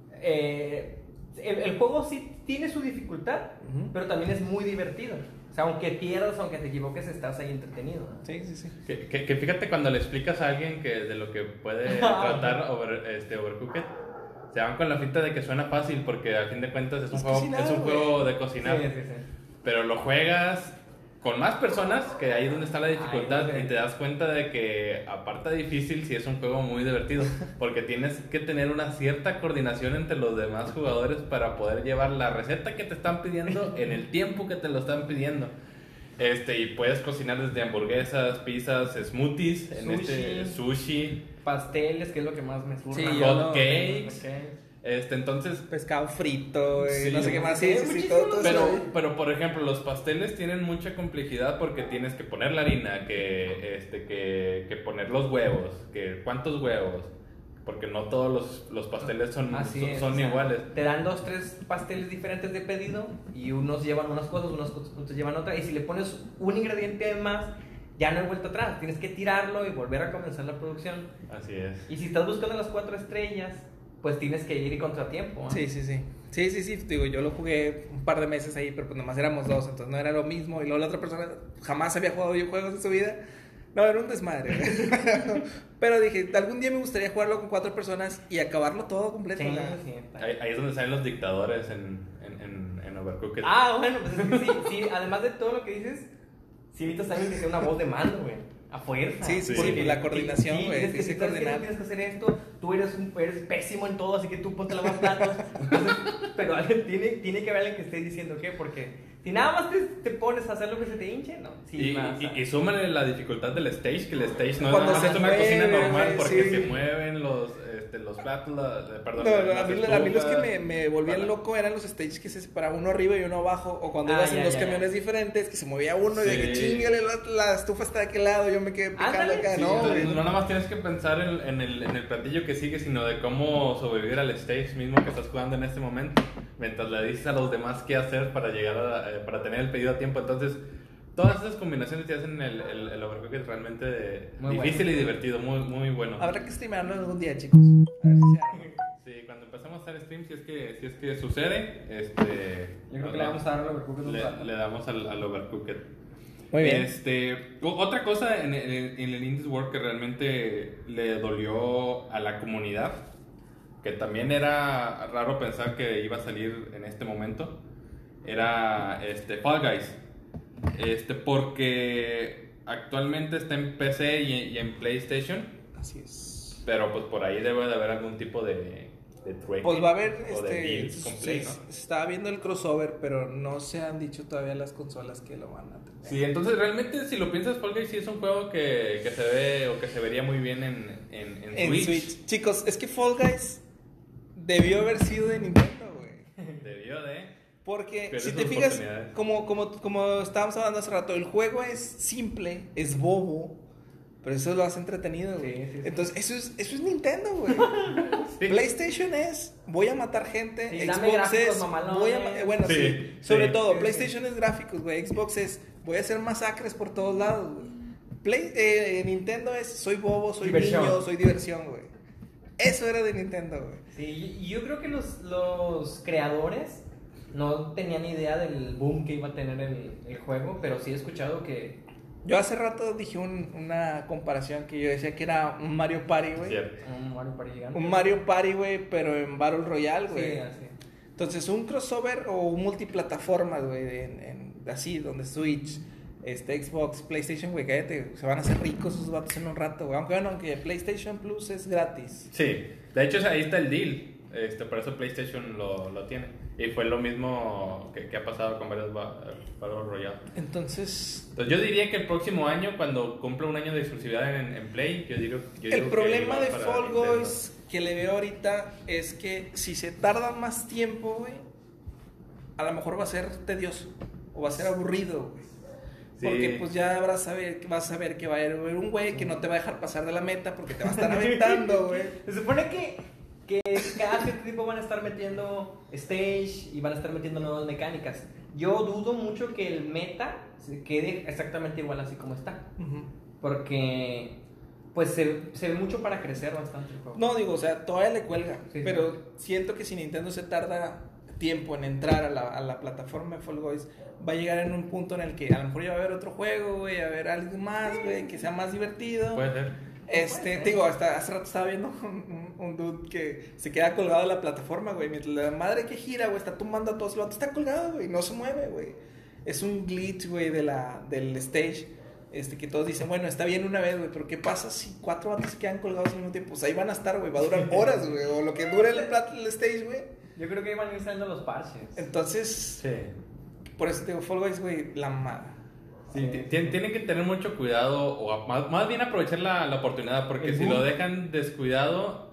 eh, el, el juego sí tiene su dificultad, Ujú. pero también es muy divertido. O sea, aunque pierdas, aunque te equivoques, estás ahí entretenido, ¿no? Sí, sí, sí. Que, que, que fíjate cuando le explicas a alguien que de lo que puede Ah, tratar over, este, Overcooked, se van con la finta de que suena fácil porque a fin de cuentas es un, Es juego, cocinar, es un güey. juego de cocinar. Sí, sí, sí. Pero lo juegas con más personas, que ahí es donde está la dificultad, Ay, y te das cuenta de que aparte de difícil, sí es un juego muy divertido, porque tienes que tener una cierta coordinación entre los demás jugadores para poder llevar la receta que te están pidiendo en el tiempo que te lo están pidiendo. Este, y puedes cocinar desde hamburguesas, pizzas, smoothies, en Sushi. este sushi, Pasteles, que es lo que más me surge. Sí, hot yo no- cakes. Este, entonces, Pescado frito, güey, Sí, no sé qué más. Sí, sí, sí, sí, muchísimos, todo, todo Pero, eso, güey. pero por ejemplo, los pasteles tienen mucha complejidad porque tienes que poner la harina, que, este, que, que poner los huevos, que cuántos huevos, porque no todos los, los pasteles son, Así son, es, son o sea, iguales. Te dan dos, tres pasteles diferentes de pedido y unos llevan unas cosas, unos otros llevan otra. Y si le pones un ingrediente de más, ya no hay vuelta atrás. Tienes que tirarlo y volver a comenzar la producción. Así es. Y si estás buscando las cuatro estrellas, pues tienes que ir y contratiempo. ¿eh? Sí, sí, sí. Sí, sí, sí. Digo, yo lo jugué un par de meses ahí, pero pues nomás éramos dos, entonces no era lo mismo. Y luego la otra persona jamás había jugado videojuegos en su vida. No, era un desmadre. güey. Pero dije, algún día me gustaría jugarlo con cuatro personas y acabarlo todo completo. Sí, o sea. sí, está. Ahí, ahí es donde salen los dictadores en, en, en, en Overcooked. Ah, bueno, pues es que sí, sí, además de todo lo que dices, sí necesitas alguien que sea una voz de mando, güey. A fuerza. Sí, sí, sí, la coordinación, Sí, güey, tienes que sí, sí, ¿sabes qué? coordinar. Tienes que hacer esto, tú eres, un, eres pésimo en todo, así que tú ponte a lavar platos. Entonces, pero alguien tiene, tiene que haber alguien que esté diciendo qué, porque si nada más te, te pones a hacer lo que se te hinche, no. Sí, Y, más, y, y súmale la dificultad del stage, que el stage no Cuando es nada se más una mueve, cocina normal, güey, porque sí. se mueven los, este, los platos, la, la- perdón, No, no, las a, mí, a mí los que estufas. me, me volvían Para- loco eran los stages que se separaban uno arriba y uno abajo, o cuando Ah, ibas en ya, dos ya, camiones ya. diferentes, que se movía uno y de que Sí. chingale, la, la estufa está de aquel lado, yo me quedé picando Ándale, acá, sí, ¿no? Entonces, güey? no nada más tienes que pensar en, en el, en el platillo que sigue, sino de cómo sobrevivir al stage mismo que estás jugando en este momento, mientras le dices a los demás qué hacer para llegar a, eh, para tener el pedido a tiempo. Entonces, todas esas combinaciones te hacen el, el, el Overcooked realmente Muy difícil bueno. y divertido, muy, muy bueno. Habrá que streamarlo algún día, chicos. A ver si se arma. Sí, cuando empezamos a hacer stream, si es que, si es que sucede, este, Yo creo que le vamos a dar al Overcooked un le, rato. le damos al, al Overcooked. Muy bien. Este, o- otra cosa en el, en el Indies World que realmente le dolió a la comunidad, que también era raro pensar que iba a salir en este momento, era este, Fall Guys. Este, porque actualmente está en P C y, y en PlayStation, Así es. pero pues por ahí debe de haber algún tipo de, de trueque Pues va a haber, o de este, deals con Play, se, ¿no? se estaba viendo el crossover, pero no se han dicho todavía las consolas que lo van a tener. Sí, entonces realmente si lo piensas, Fall Guys sí es un juego que, que se ve o que se vería muy bien en, en, en En Switch. Switch. Chicos, es que Fall Guys debió haber sido de Nintendo, güey. Debió de. Porque Pierdes si te sus fijas, oportunidades. como, como, como estábamos hablando hace rato, el juego es simple, es bobo, pero eso lo hace entretenido, güey. Sí, sí, sí. Entonces, eso es, eso es Nintendo, güey. Sí. PlayStation es, voy a matar gente, Sí, dame Xbox gráficos es, mamalones. voy a, ma- bueno, Sí, sí, sobre sí. todo, Sí, PlayStation es gráficos, güey, Xbox es, voy a hacer masacres por todos lados, güey. Play, eh, Nintendo es, soy bobo, soy Diversión. niño, soy diversión, güey. Eso era de Nintendo, güey. Sí, y yo creo que los, los creadores no tenían idea del boom que iba a tener el, el juego, pero sí he escuchado que Yo hace rato dije un- una comparación que yo decía que era un Mario Party, güey. Cierto. Un Mario Party gigante. Un Mario Party, güey, pero en Battle Royale, Sí, güey. así. Entonces, un crossover o un multiplataforma, güey, en, en- así, donde Switch, este, Xbox, PlayStation, güey, cállate, se van a hacer ricos esos vatos en un rato, güey. Aunque bueno, aunque PlayStation Plus es gratis. Sí, de hecho ahí está el deal. Este, por eso PlayStation lo, lo tiene. Y fue lo mismo que, que ha pasado con varios ba- Battle Royale. Entonces, Entonces yo diría que el próximo año, cuando cumpla un año de exclusividad en, en Play, yo digo, yo el digo que problema va de para Fall Nintendo. Guys que le veo ahorita es que si se tarda más tiempo, güey, a lo mejor va a ser tedioso o va a ser aburrido, güey. Sí. Porque pues ya vas a saber, vas a ver que va a haber un güey que no te va a dejar pasar de la meta porque te va a estar aventando, güey. Se supone que, que cada cierto tiempo van a estar metiendo stage y van a estar metiendo nuevas mecánicas. Yo dudo mucho que el meta se quede exactamente igual así como está. Ujú. Porque pues se, se ve mucho para crecer bastante el juego. No, digo, o sea, todavía le cuelga, Sí, pero sí. siento que si Nintendo se tarda tiempo en entrar a la, a la plataforma de Fall Guys, va a llegar en un punto en el que a lo mejor ya va a haber otro juego, güey, a haber algo más, güey, que sea más divertido. Puede ser. Este, Puede ser. te digo, hasta hace rato estaba viendo un, un, un dude que se queda colgado de la plataforma, güey, mientras la madre que gira, güey, está tumbando a todos, el vato está colgado, güey, no se mueve, güey. Es un glitch, güey, de la, del stage. Este, que todos dicen, bueno, está bien una vez, güey, pero ¿qué pasa si cuatro vatos se quedan colgados al mismo tiempo? Pues ahí van a estar, güey, va a durar horas, güey, o lo que dure el, plat- el stage, güey. Yo creo que iban a ir saliendo los parches. Entonces, Sí. por eso te digo, Fall Guys, güey, la madre. Sí, ti- ti- tienen que tener mucho cuidado o a- más, más bien aprovechar la, la oportunidad porque El si boom. lo dejan descuidado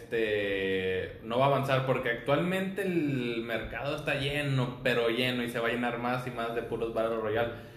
este no va a avanzar porque actualmente el mercado está lleno pero lleno y se va a llenar más y más de puros Battle Royale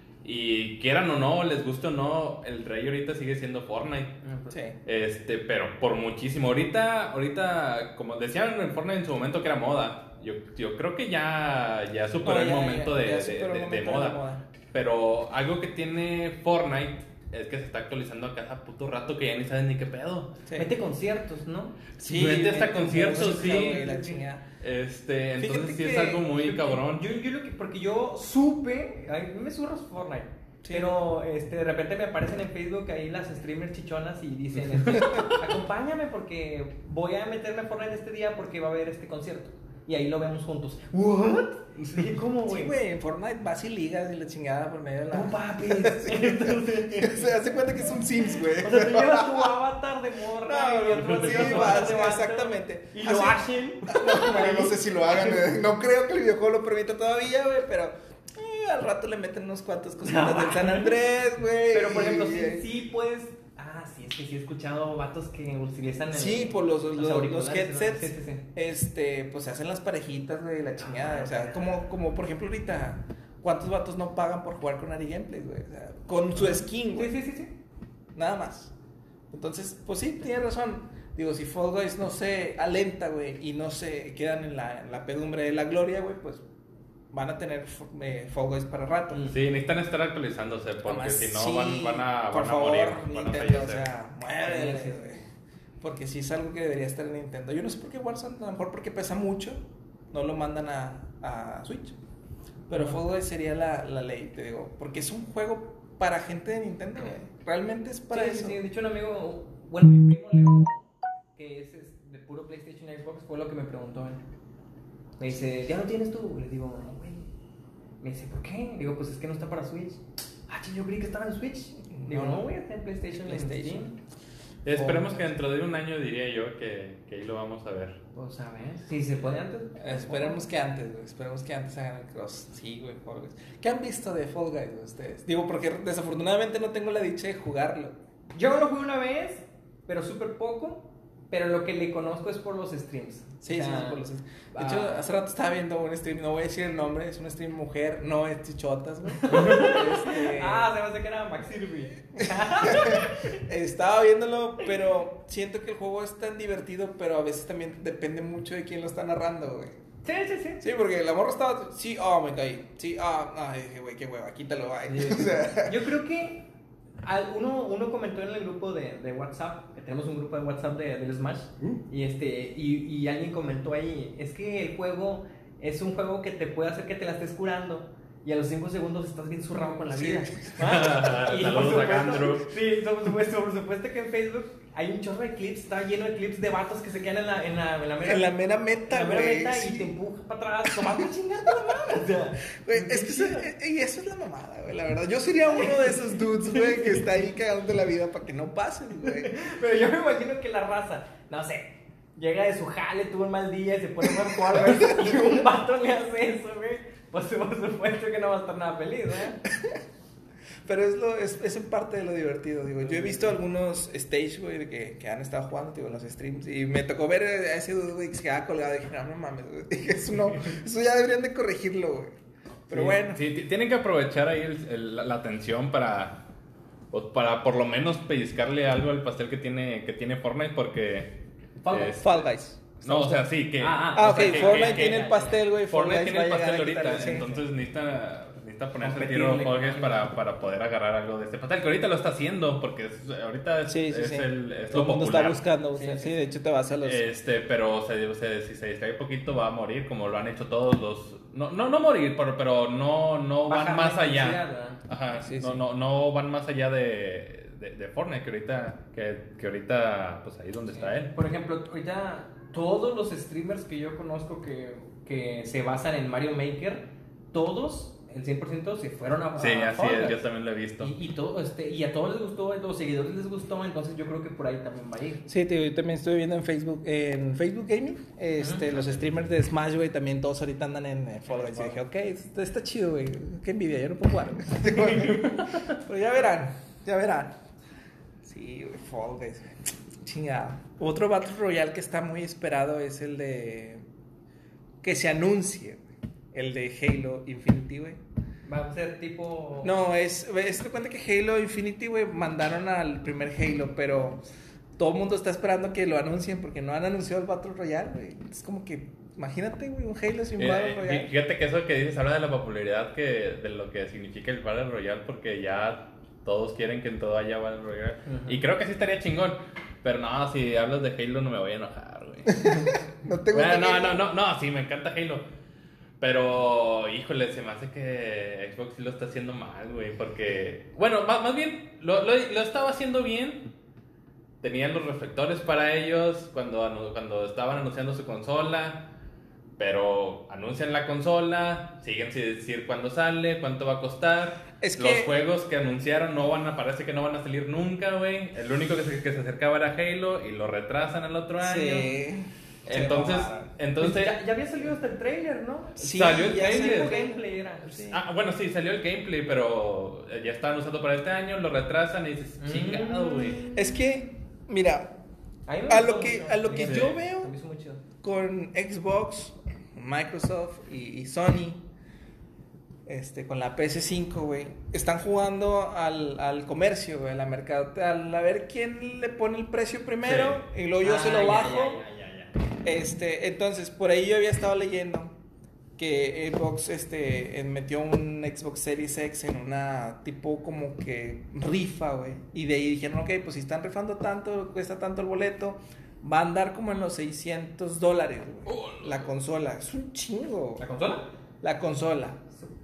y quieran o no, les guste o no, el rey ahorita sigue siendo Fortnite. Sí. Este, pero por muchísimo. Ahorita, ahorita, como decían en Fortnite en su momento que era moda. Yo, yo creo que ya, ya superó No, el ya, momento ya, de, ya de- superó el de- de momento de moda. la moda. Pero algo que tiene Fortnite es que se está actualizando a cada puto rato que ya ni sabes ni qué pedo. Sí. Mete conciertos, ¿no? Sí, mete hasta mete conciertos, música, sí. güey, la chingada. Este, entonces Fíjate sí es que algo muy yo- cabrón. Yo, yo lo que, porque yo supe, a mí me zurras Fortnite. Sí. Pero este, de repente me aparecen en Facebook ahí las streamers chichonas y dicen, este, acompáñame porque voy a meterme a Fortnite este día porque va a haber este concierto. Y ahí lo vemos juntos. ¿What? Dije, ¿cómo, güey? Sí, güey, en Fortnite vas y ligas y la chingada por medio de la... No, papi. Entonces, Se hace cuenta que es un Sims, güey. o sea, te llevas tu avatar de morra No, y otro sí, te llevas tu vas, avatar de vato, exactamente. Y lo Así- hacen. Bueno, no sé si lo hagan. eh. No creo que el videojuego lo permita todavía, güey, pero eh, al rato le meten unos cuantos cositas del San Andrés, güey. Pero por ejemplo, y- sí, sí puedes. Ah, sí, es que sí he escuchado vatos que utilizan el- Sí, por los, los, los auriculares, ¿no? headsets, Sí, sí, sí. este, pues se hacen las parejitas, güey, la chingada. O sea, como, como por ejemplo ahorita, ¿cuántos vatos no pagan por jugar con Ari Gameplay, güey? O sea, con su skin, Sí, güey. sí, sí, sí. Nada más. Entonces, pues sí, tienes razón. Digo, si Fall Guys no se alenta, güey, y no se quedan en la, en la pedumbre de la gloria, güey, pues van a tener eh, Fall Guys para rato. Mm. Sí, necesitan estar actualizándose porque Además, si no sí, van, van a, por van a favor, morir. Van a Nintendo, o fallecer. sea, muévele, Sí, sí. güey. Porque sí es algo que debería estar en Nintendo. Yo no sé por qué Warzone, a lo mejor porque pesa mucho, no lo mandan a, a Switch. Pero Fall Guys sería la, la ley, te digo. Porque es un juego para gente de Nintendo, güey. Realmente es para sí, eso. sí, sí. De hecho, un amigo, bueno, mi primo Leo, que es, es de puro PlayStation y Xbox, fue lo que me preguntó él. Me dice, ¿ya lo tienes tú? Le digo, no, güey. Me dice, ¿por qué? Le digo, pues es que no está para Switch. Ah, ching, yo creí que estaba en Switch. Digo, No, no, güey, está en PlayStation. y en PlayStation. Steam. Esperemos que dentro de un año, diría yo, que, que ahí lo vamos a ver. Pues a ver, si se puede antes. Esperemos que antes, güey. Esperemos que antes hagan el cross. Sí, güey, Fall Guys. ¿Qué han visto de Fall Guys ustedes? Digo, porque desafortunadamente no tengo la dicha de jugarlo. Yo lo jugué una vez, pero súper poco. Pero lo que le conozco es por los streams. Sí, O sea, sí, sí, por los... De ah. hecho, hace rato estaba viendo un stream, no voy a decir el nombre, es un stream mujer, no es chichotas, güey. Este, Ah, se me hace que era Max Irby. Estaba viéndolo, pero siento que el juego es tan divertido, pero a veces también depende mucho de quién lo está narrando, güey. Sí, sí, sí. Sí, porque la morra estaba, sí, ah, me caí, sí, ah, ah, dije, güey, qué hueva, quítalo, ay. O sea, Yo creo que al- uno, uno comentó en el grupo de, de WhatsApp, que tenemos un grupo de WhatsApp de, del Smash, y, este, y, y alguien comentó ahí, es que el juego es un juego que te puede hacer que te la estés curando, y a los cinco segundos estás bien zurrado con la Sí. vida. ¿Ah? Y por Saludos a supuesto, Gandro. sí, por supuesto, por supuesto que en Facebook hay un chorro de clips, está lleno de clips de vatos que se quedan en la, en la, en la mera, En la mera en meta, la mera güey. meta sí. y te empuja para atrás, nomás para chingarte la mano. O sea, Güey, es que eso, y eso es la mamada, güey, la verdad. Yo sería uno de esos dudes, güey, que está ahí cagando la vida para que no pasen, güey. pero yo me imagino que la raza, no sé, llega de su jale, tuvo un mal día, se pone a jugar, güey, y un vato le hace eso, güey. Pues por supuesto que no va a estar nada feliz, ¿eh? Pero es, lo, es, es en parte de lo divertido, digo. Yo he visto algunos stage, güey, que, que han estado jugando, digo, en los streams. Y me tocó ver a ese dude, güey, que se quedaba colgado. Y dije, no, no mames, güey. Dije, eso no, eso ya deberían de corregirlo, güey. Pero Sí, bueno. Sí, t- tienen que aprovechar ahí el- el- la, la atención para, o para por lo menos pellizcarle algo al pastel que tiene, que tiene Fortnite porque... Fall Guys. es- Fall Guys. no, o sea, sí, que... Ah, Ah, o ok, sea, que- Fortnite que- tiene que- el pastel, güey. Fall Fortnite Guys tiene va el a llegar pastel a quitarle, ahorita, sí. entonces necesita, necesita ponerse el Competirle tiro Fall Guys con- para, para poder agarrar algo de este pastel, que ahorita lo está haciendo, porque es- ahorita es, Sí, sí, es sí. el, es Todo lo el mundo popular. está buscando, Sí, sí, sí. sí, de hecho te vas a los... Este, pero se, se- si se distrae poquito va a morir, como lo han hecho todos los... No, no, no morir, pero, pero no, no Bajar van la más intensidad, allá. ¿verdad? Ajá, Sí, no, sí. no, no van más allá de, de, de Fortnite, que ahorita, que, que ahorita, pues ahí es donde está él. Por ejemplo, ahorita todos los streamers que yo conozco que, que se basan en Mario Maker, todos, el cien por ciento, se fueron a Sí, a así Fall es, Guys. yo también lo he visto. Y, y, todo, este, y a todos les gustó, a los seguidores les gustó, entonces yo creo que por ahí también va a ir. Sí, te, yo también estoy viendo en Facebook, en Facebook Gaming, este, Ajá. los streamers de Smash, güey, también todos ahorita andan en eh, Fall Guys. Y dije, ok, está, está chido, güey, qué envidia, yo no puedo jugar. güey. Pero ya verán, ya verán. Sí, güey, Fall Guys, güey. Chingado. Otro Battle Royale que está muy esperado es el de... que se anuncie, güey, el de Halo Infinity, güey. Va a ser tipo... No, es, es te cuenta que Halo Infinity, güey, mandaron al primer Halo, pero todo el mundo está esperando que lo anuncien porque no han anunciado el Battle Royale, güey. Es como que, imagínate, güey, un Halo sin Eh, Battle fí- Royale. fíjate que eso que dices habla de la popularidad que, de lo que significa el Battle Royale, porque ya todos quieren que en todo haya Battle Royale. Ujú. Y creo que sí estaría chingón. Pero no, si hablas de Halo no me voy a enojar, güey. No te gusta Bueno, no, Halo? no, no, no, sí, me encanta Halo. Pero, híjole, se me hace que Xbox sí lo está haciendo mal, güey. Porque, bueno, más, más bien, lo, lo, lo estaba haciendo bien. Tenían los reflectores para ellos cuando, anu- cuando estaban anunciando su consola. Pero anuncian la consola, siguen sin decir cuándo sale, cuánto va a costar. Es Los que- juegos que anunciaron no van a, parece que no van a salir nunca, güey. El único que se, que se acercaba era Halo y lo retrasan al otro año. Sí. Entonces, Se mamaron. entonces Pues ya, ya había salido hasta el trailer, ¿no? Sí, salió el ya trailer. salió. Gameplay era. Sí. Ah, bueno, sí, salió el gameplay, pero eh, ya estaban usando para este año, lo retrasan y dices, Mm. chingado, güey. Es que, mira, A, mí me a gustó lo que, mucho. a lo que Sí. yo Se veo me hizo muy chido. con Xbox, Microsoft y, y Sony, este, con la P S cinco, güey, están jugando al, al comercio, güey, a la mercado, al a ver quién le pone el precio primero y luego yo Ah, se lo ya, bajo. ya, ya, ya, ya. Este, entonces, por ahí yo había estado leyendo que Xbox este, eh, metió un Xbox Series X en una tipo como que rifa, güey. Y de ahí dijeron, ok, pues si están rifando tanto, cuesta tanto el boleto, va a andar como en los seiscientos dólares, güey. La consola, es un chingo. ¿La consola? La consola.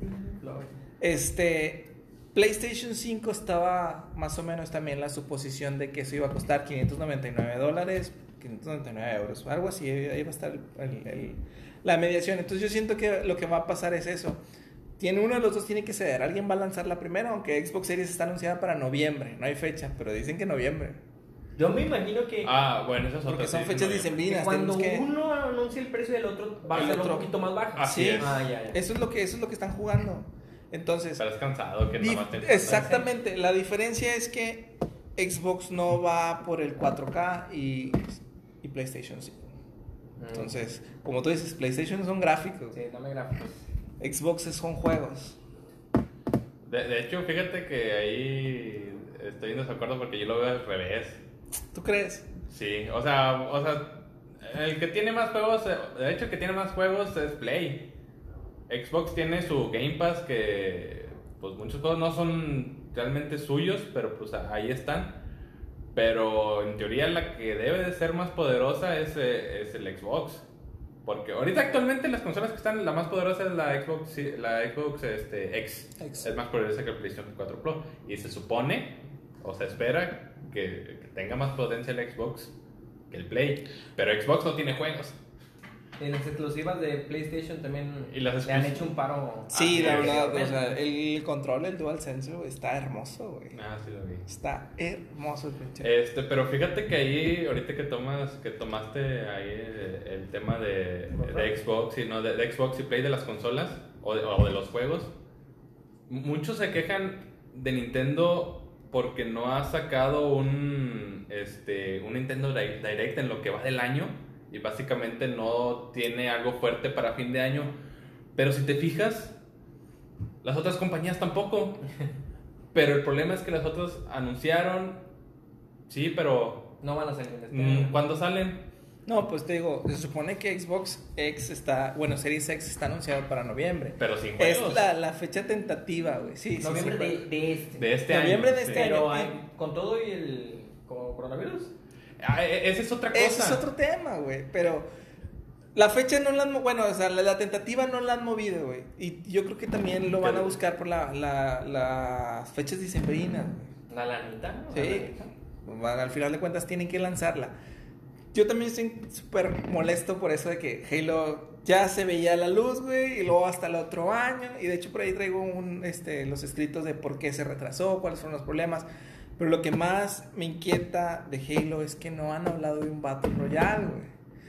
Este, PlayStation cinco estaba más o menos también la suposición de que eso iba a costar quinientos noventa y nueve dólares, quinientos noventa y nueve euros, o algo así, ahí va a estar el- el- el- la mediación. Entonces yo siento que lo que va a pasar es eso. Tiene uno de los dos tiene que ceder, alguien va a lanzar la primera, aunque Xbox Series está anunciada para noviembre, no hay fecha, pero dicen que noviembre. Yo me imagino que, Ah, bueno, eso es Porque otra. son sí, fechas no, que dicembrinas, cuando tenemos que... uno anuncia el precio del otro, va a El ser otro. un poquito más bajo. Así Sí. es. Ah, ya, ya. Eso es lo que eso es lo que están jugando. Entonces, Estarás cansado que Dif- nomás te... exactamente, la diferencia es que Xbox no va por el cuatro K y, y PlayStation sí. Entonces, como tú dices, PlayStation son gráficos, Sí, dame gráficos. Xbox son juegos. De, de hecho, fíjate que ahí estoy en desacuerdo porque yo lo veo al revés. ¿Tú crees? Sí, o sea, o sea, el que tiene más juegos, eh, de hecho el que tiene más juegos es Play. Xbox tiene su Game Pass que, pues muchos juegos no son realmente suyos, pero pues ahí están. Pero en teoría la que debe de ser más poderosa es, eh, es el Xbox. Porque ahorita actualmente las consolas que están, la más poderosa es la Xbox, sí, la Xbox este, X. X. Es más poderosa que el PlayStation cuatro Pro. Y se supone, o se espera, que, que tenga más potencia el Xbox que el Play. Pero Xbox no tiene juegos. En las exclusivas de PlayStation también Y las le han exclus- hecho un paro. Sí, Ah, la sí, verdad, sí. o sea, el control, el DualSense, güey, está hermoso, güey. Ah, sí lo vi. Está hermoso el pinche. Este, pero fíjate que ahí, ahorita que tomas, que tomaste ahí el, el tema de, de Xbox y no de, de Xbox y Play de las consolas o de, o de los juegos, muchos se quejan de Nintendo porque no ha sacado un, este, un Nintendo Di- Direct en lo que va del año y básicamente no tiene algo fuerte para fin de año. Pero si te fijas, las otras compañías tampoco. Pero el problema es que las otras anunciaron, sí, pero No van a salir en este mm, año. ¿cuándo salen? No, pues te digo, se supone que Xbox X está, bueno, Series X está anunciado para noviembre. Pero sin Es juegos. la, la fecha tentativa, güey. Sí, sí, Noviembre sí, de, pero- de este. De este Noviembre año. de este sí. año. Pero hay- con todo y el con coronavirus. Ah, e- esa es otra cosa. Ese es otro tema, güey. Pero la fecha no la han, mo- bueno, o sea, la, la tentativa no la han movido, güey. Y yo creo que también lo van a buscar por la, la, las fechas dicembrinas, güey. La lanita, ¿no? Sí. La lanita. Van- Al final de cuentas tienen que lanzarla. Yo también estoy súper molesto por eso de que Halo ya se veía a la luz, güey, y luego hasta el otro año. Y de hecho por ahí traigo un, este, los escritos de por qué se retrasó, cuáles fueron los problemas. Pero lo que más me inquieta de Halo es que no han hablado de un Battle Royale, güey.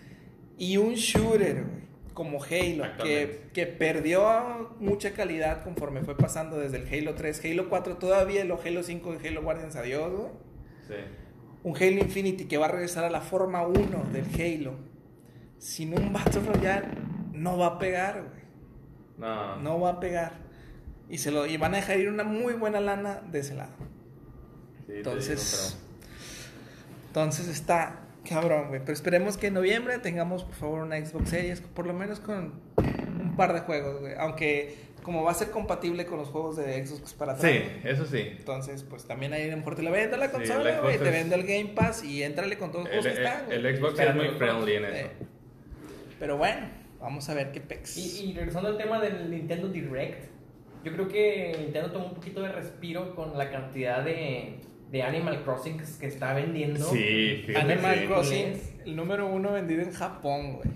Y un shooter, güey, como Halo, que, Actualmente. que perdió mucha calidad conforme fue pasando desde el Halo tres, Halo cuatro, todavía lo Halo cinco y Halo Guardians, adiós, güey. Sí. Un Halo Infinity que va a regresar a la forma uno del Halo. Sin un Battle Royale no va a pegar, güey. No. No va a pegar. Y, se lo, y van a dejar ir una muy buena lana de ese lado. Sí, te Entonces, digo, entonces está cabrón, güey. Pero esperemos que en noviembre tengamos, por favor, una Xbox Series, por lo menos con un par de juegos, güey. Aunque como va a ser compatible con los juegos de Xbox para pero- atrás. Sí, eso sí. Entonces, pues también ahí a lo mejor te la vendo la Sí, consola, el güey. Xbox Te es- vendo el Game Pass y éntrale con todos los El, juegos que están, el- güey. el Xbox es Espérate, muy los friendly en Eh, eso. Pero bueno, vamos a ver qué pex. Y, y regresando al tema del Nintendo Direct, yo creo que Nintendo tomó un poquito de respiro con la cantidad de, de Animal Crossing que está vendiendo. Sí, fíjate, Animal sí. Crossing, el número uno vendido en Japón, güey.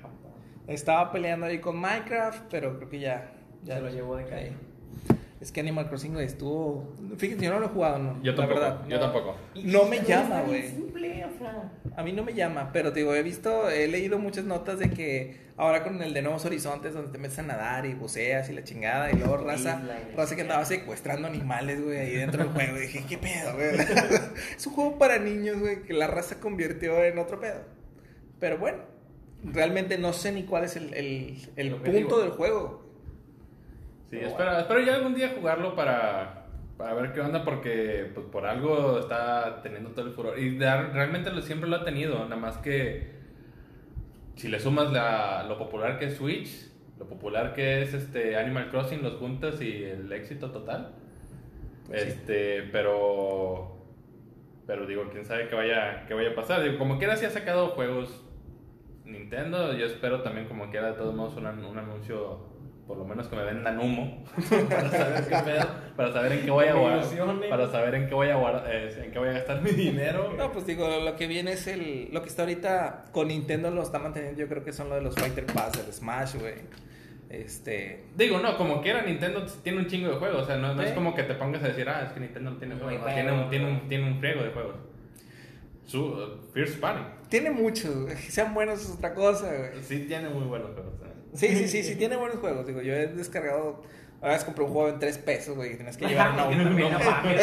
Estaba peleando ahí con Minecraft, pero creo que ya, ya Se lo llevó de calle. Es que Animal Crossing, güey, estuvo. Fíjense, yo no lo he jugado, no. Yo la tampoco, verdad, yo no. tampoco. Y- No y me está llama, bien güey. simple, o sea, A mí no me llama, pero te digo, he visto, he leído muchas notas de que ahora con el de Nuevos Horizontes, donde te metes a nadar y buceas y la chingada, y luego raza, Isla y- raza que andaba secuestrando animales, güey, ahí dentro del juego. Y dije, ¿qué pedo, güey? Es un juego para niños, güey, que la raza convirtió en otro pedo. Pero bueno, realmente no sé ni cuál es el, el, el El objetivo. punto del juego. Sí, Pero espero, espero ya algún día jugarlo para, para ver qué onda, porque pues, por algo está teniendo todo el furor. Y de- realmente lo, siempre lo ha tenido, nada más que si le sumas la, lo popular que es Switch, lo popular que es este Animal Crossing, los juntas y el éxito total. Pues sí. este, pero pero digo, quién sabe qué vaya, qué vaya a pasar. Digo, como quiera, si ha sacado juegos Nintendo, yo espero también como quiera de todos modos un, an- un anuncio, por lo menos que me vendan humo para saber qué pedo, para saber en qué voy a Que me guardar, ilusione. para saber en qué voy a guardar, eh, en qué voy a gastar mi dinero. No, pues digo, lo que viene es el. Lo que está ahorita con Nintendo lo está manteniendo, yo creo que son lo de los Fighter Pass, el Smash, güey. Este. Digo, no, como quiera Nintendo tiene un chingo de juegos, o sea, no, no es Sí. como que te pongas a decir, ah, es que Nintendo no tiene No juegos, hay no, tiene, un, juegos. tiene, un, tiene un friego de juegos. Su uh, First Party, Tiene muchos, güey. Sean buenos es otra cosa, güey. sí tiene muy buenos juegos. ¿eh? Sí, sí, sí, sí, tiene buenos juegos. Digo, yo he descargado. Ahora vez compré un juego en tres pesos, güey. Que tienes que llevar una. Yo también, no mames.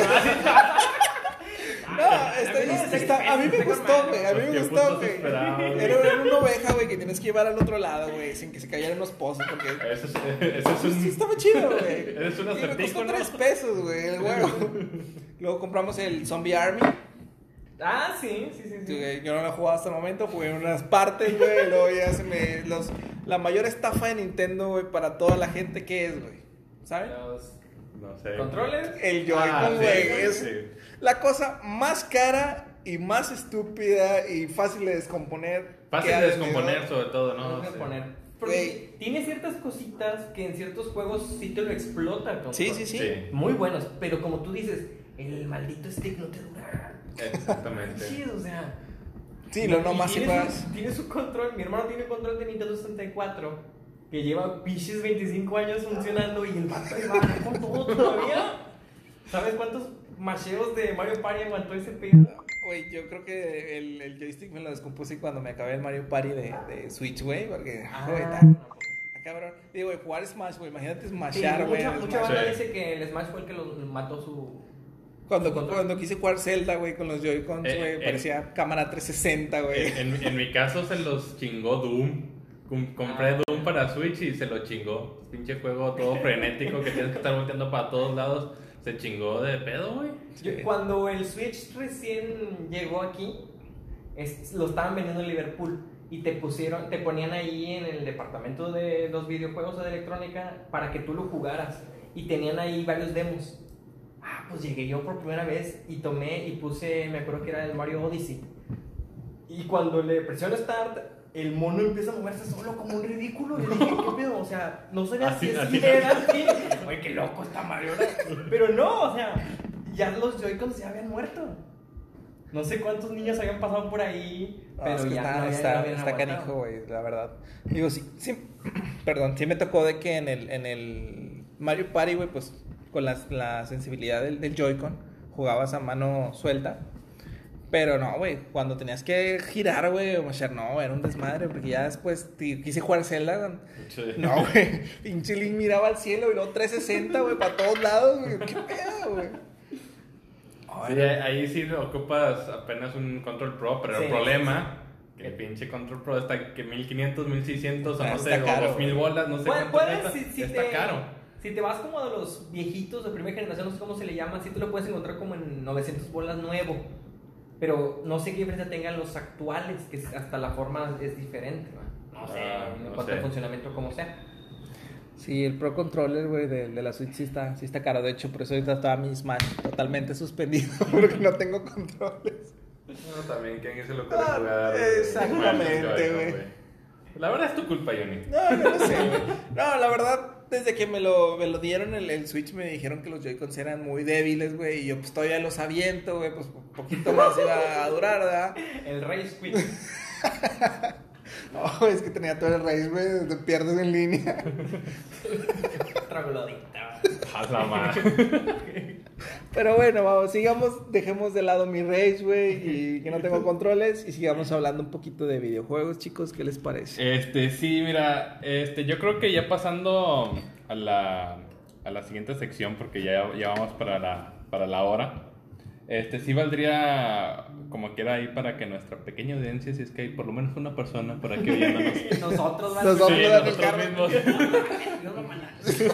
No, está, está- a mí me gustó, güey. A mí me Qué gustó, putos güey. esperados. Era, era una oveja, güey, que tienes que llevar al otro lado, güey, sin que se cayeran los pozos. Porque. Eso es, eso es Pues sí, un... estaba chido, güey. Eres un Y me acertijo, costó ¿no? tres pesos, güey, el juego. Luego compramos el Zombie Army. Ah, sí, sí, sí. sí. que Yo no lo he jugado hasta el momento, jugué unas partes, güey. Luego ya se me. Los, la mayor estafa de Nintendo, güey, para toda la gente que es, güey. ¿Saben? Los No sé. controles. El Joy-Con, Ah, sí, güey. sí, es sí. la cosa más cara y más estúpida y fácil de descomponer. Fácil de descomponer, sobre todo, ¿no? No sé Sí. poner. Porque tiene ciertas cositas que en ciertos juegos sí te lo explota. Control. Sí, sí, sí. Sí. Muy buenos, pero como tú dices, el maldito stick no te dura. Exactamente. Sí, o sea. Sí, lo y nomás si tiene juegas. su, tiene su control. Mi hermano tiene control de Nintendo sesenta y cuatro que lleva piches veinticinco años funcionando y el vato ahí va con todo todavía. ¿Sabes cuántos macheos de Mario Party aguantó ese pedo? Güey, yo creo que el, el joystick me lo descompuse cuando me acabé el Mario Party de, de Switch, güey, porque, güey, está, no, pues. está cabrón. Digo, güey, jugar Smash, güey, imagínate Sí, smashar, güey. mucha, el mucha Smash. banda Sí. dice que el Smash fue el que lo mató su. Cuando, su control. cuando quise jugar Zelda, güey, con los Joy-Cons, Eh, güey, eh. parecía cámara trescientos sesenta, güey. En, en- en mi caso se los chingó Doom. Com- Compré Ah. Doom para Switch y se lo chingó. Pinche juego todo frenético que tienes que estar volteando para todos lados. Se chingó de pedo, güey. Yo- cuando el Switch recién llegó aquí, es- lo estaban vendiendo en Liverpool y te pusieron, te ponían ahí en el departamento de los videojuegos o de electrónica para que tú lo jugaras y tenían ahí varios demos. Ah, pues llegué yo por primera vez y tomé y puse, me acuerdo que era el Mario Odyssey. Y cuando le presiono Start, el mono empieza a moverse solo como un ridículo. Y yo dije, ¿qué pedo? O sea, no sabía Así- si así. así era así. Güey, qué loco está Mario. ¿No? Pero no, o sea, ya los Joy-Cons se habían muerto. No sé cuántos niños habían pasado por ahí, No, pero es que ya está, no, ya está, no habían está aguantado. canijo, güey, la verdad. Digo, sí, sí, perdón, sí me tocó de que en el, en el Mario Party, güey, pues con las, la sensibilidad del, del Joy-Con jugabas a mano suelta. Pero no, güey, cuando tenías que girar, güey, o machar, no, era un desmadre, porque ya después t- quise jugar Zelda, güey. Sí. No, güey, pinche Link miraba al cielo y luego trescientos sesenta, güey, para todos lados, güey, qué pedo, güey. Sí, ahí sí ocupas apenas un Control Pro, pero Sí. el problema que el pinche Control Pro está que mil quinientos, mil seiscientos o Ah, no está sé, caro, o dos mil güey. bolas, no sé Puedes, cuánto puedes, cuesta. si, si Está te, caro. Si te vas como de los viejitos de primera generación, no sé cómo se le llama, sí te lo puedes encontrar como en novecientos bolas nuevo. Pero no sé qué diferencia tengan los actuales, que hasta la forma es diferente, ¿no? No sé, Ah, en no cuanto sé. al funcionamiento, como sea. Sí, el Pro Controller, güey, de, de la Switch sí está, sí está caro. De hecho, por eso ahorita estaba mi Smash totalmente suspendido, porque no tengo controles. No, también, ¿quién se lo ocurre Ah, jugar? exactamente, Mario Joy-Con, güey. La verdad es tu culpa, Johnny. No, yo no sé, güey. No, la verdad, desde que me lo, me lo dieron el, el Switch me dijeron que los Joy-Cons eran muy débiles, güey. Y yo pues todavía los aviento, güey, pues un poquito más iba a durar, ¿verdad? El Rage Quit. No, es que tenía todo el raíz, güey, te pierdes en línea. Troglodita. A la madre. Pero bueno, vamos, sigamos, dejemos de lado mi rage, güey, y que no tengo controles, y sigamos hablando un poquito de videojuegos, chicos, ¿qué les parece? Este, sí, mira, este, yo creo que ya pasando a la, a la siguiente sección, porque ya, ya vamos para la, para la hora, este, sí valdría como quiera ahí para que nuestra pequeña audiencia, si es que hay por lo menos una persona por aquí viéndonos. Nosotros, ¿vale? Nosotros, Sí, ¿verdad, nosotros Ricardo? mismos. No lo mandan.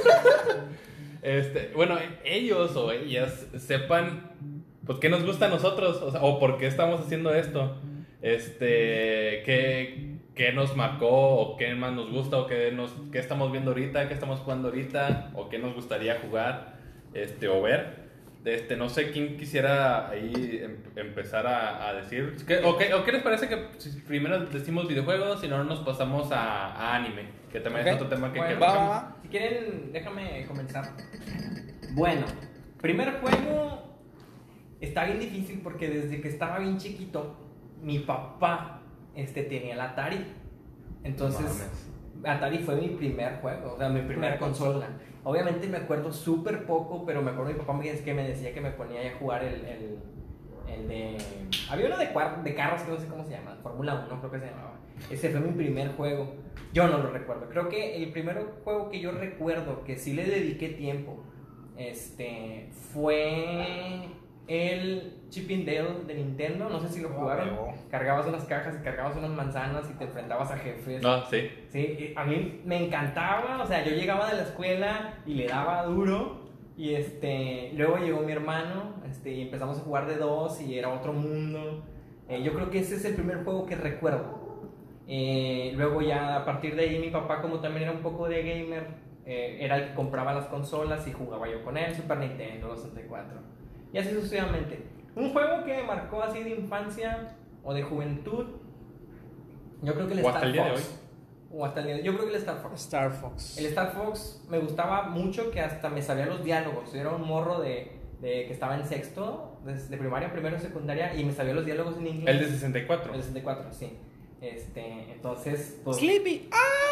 Este, bueno, ellos o ellas sepan, pues, qué nos gusta a nosotros, o sea, o por qué estamos haciendo esto, este, qué, qué nos marcó, o qué más nos gusta, o qué, nos, qué estamos viendo ahorita, qué estamos jugando ahorita, o qué nos gustaría jugar, este, o ver. Este, no sé quién quisiera ahí em- empezar a, a decir. ¿Qué, o, qué, ¿O qué les parece que si primero decimos videojuegos y no nos pasamos a, a anime? Que también Ok. es otro tema que, Bueno, que va, tocamos. va, va. Si quieren, déjame comenzar. Bueno, primer juego está bien difícil porque desde que estaba bien chiquito, mi papá este, tenía el Atari. Entonces, Mames. Atari fue mi primer juego, o sea, mi primera consola. Obviamente me acuerdo súper poco, pero me acuerdo mi papá me, es que me decía que me ponía a jugar el, el, el de... Había uno de, cuar- de carros que no sé cómo se llama, Fórmula uno creo que se llamaba. Ese fue mi primer juego. Yo no lo recuerdo. Creo que el primer juego que yo recuerdo que sí le dediqué tiempo este, fue el Chip and Dale de Nintendo. No sé si lo jugaron. huevo. Cargabas unas cajas y cargabas unas manzanas y te enfrentabas a jefes. No, sí. Sí, a mí me encantaba, o sea, yo llegaba de la escuela y le daba duro y este, luego llegó mi hermano este, y empezamos a jugar de dos y era otro mundo. Eh, yo creo que ese es el primer juego que recuerdo. Eh, luego ya a partir de ahí mi papá, como también era un poco de gamer, eh, era el que compraba las consolas y jugaba yo con él, Super Nintendo, los sesenta y cuatro y así sucesivamente. Un juego que me marcó así de infancia o de juventud, yo creo que el O Star hasta el día de Fox. O hasta el día de hoy. Yo creo que el Star Fox. Star Fox. El Star Fox me gustaba mucho que hasta me sabía los diálogos. Yo era un morro de, de que estaba en sexto, de, de primaria, primero, secundaria, y me sabía los diálogos en inglés. El de sesenta y cuatro. El sesenta y cuatro, sí. Este, entonces, pues, Sleepy.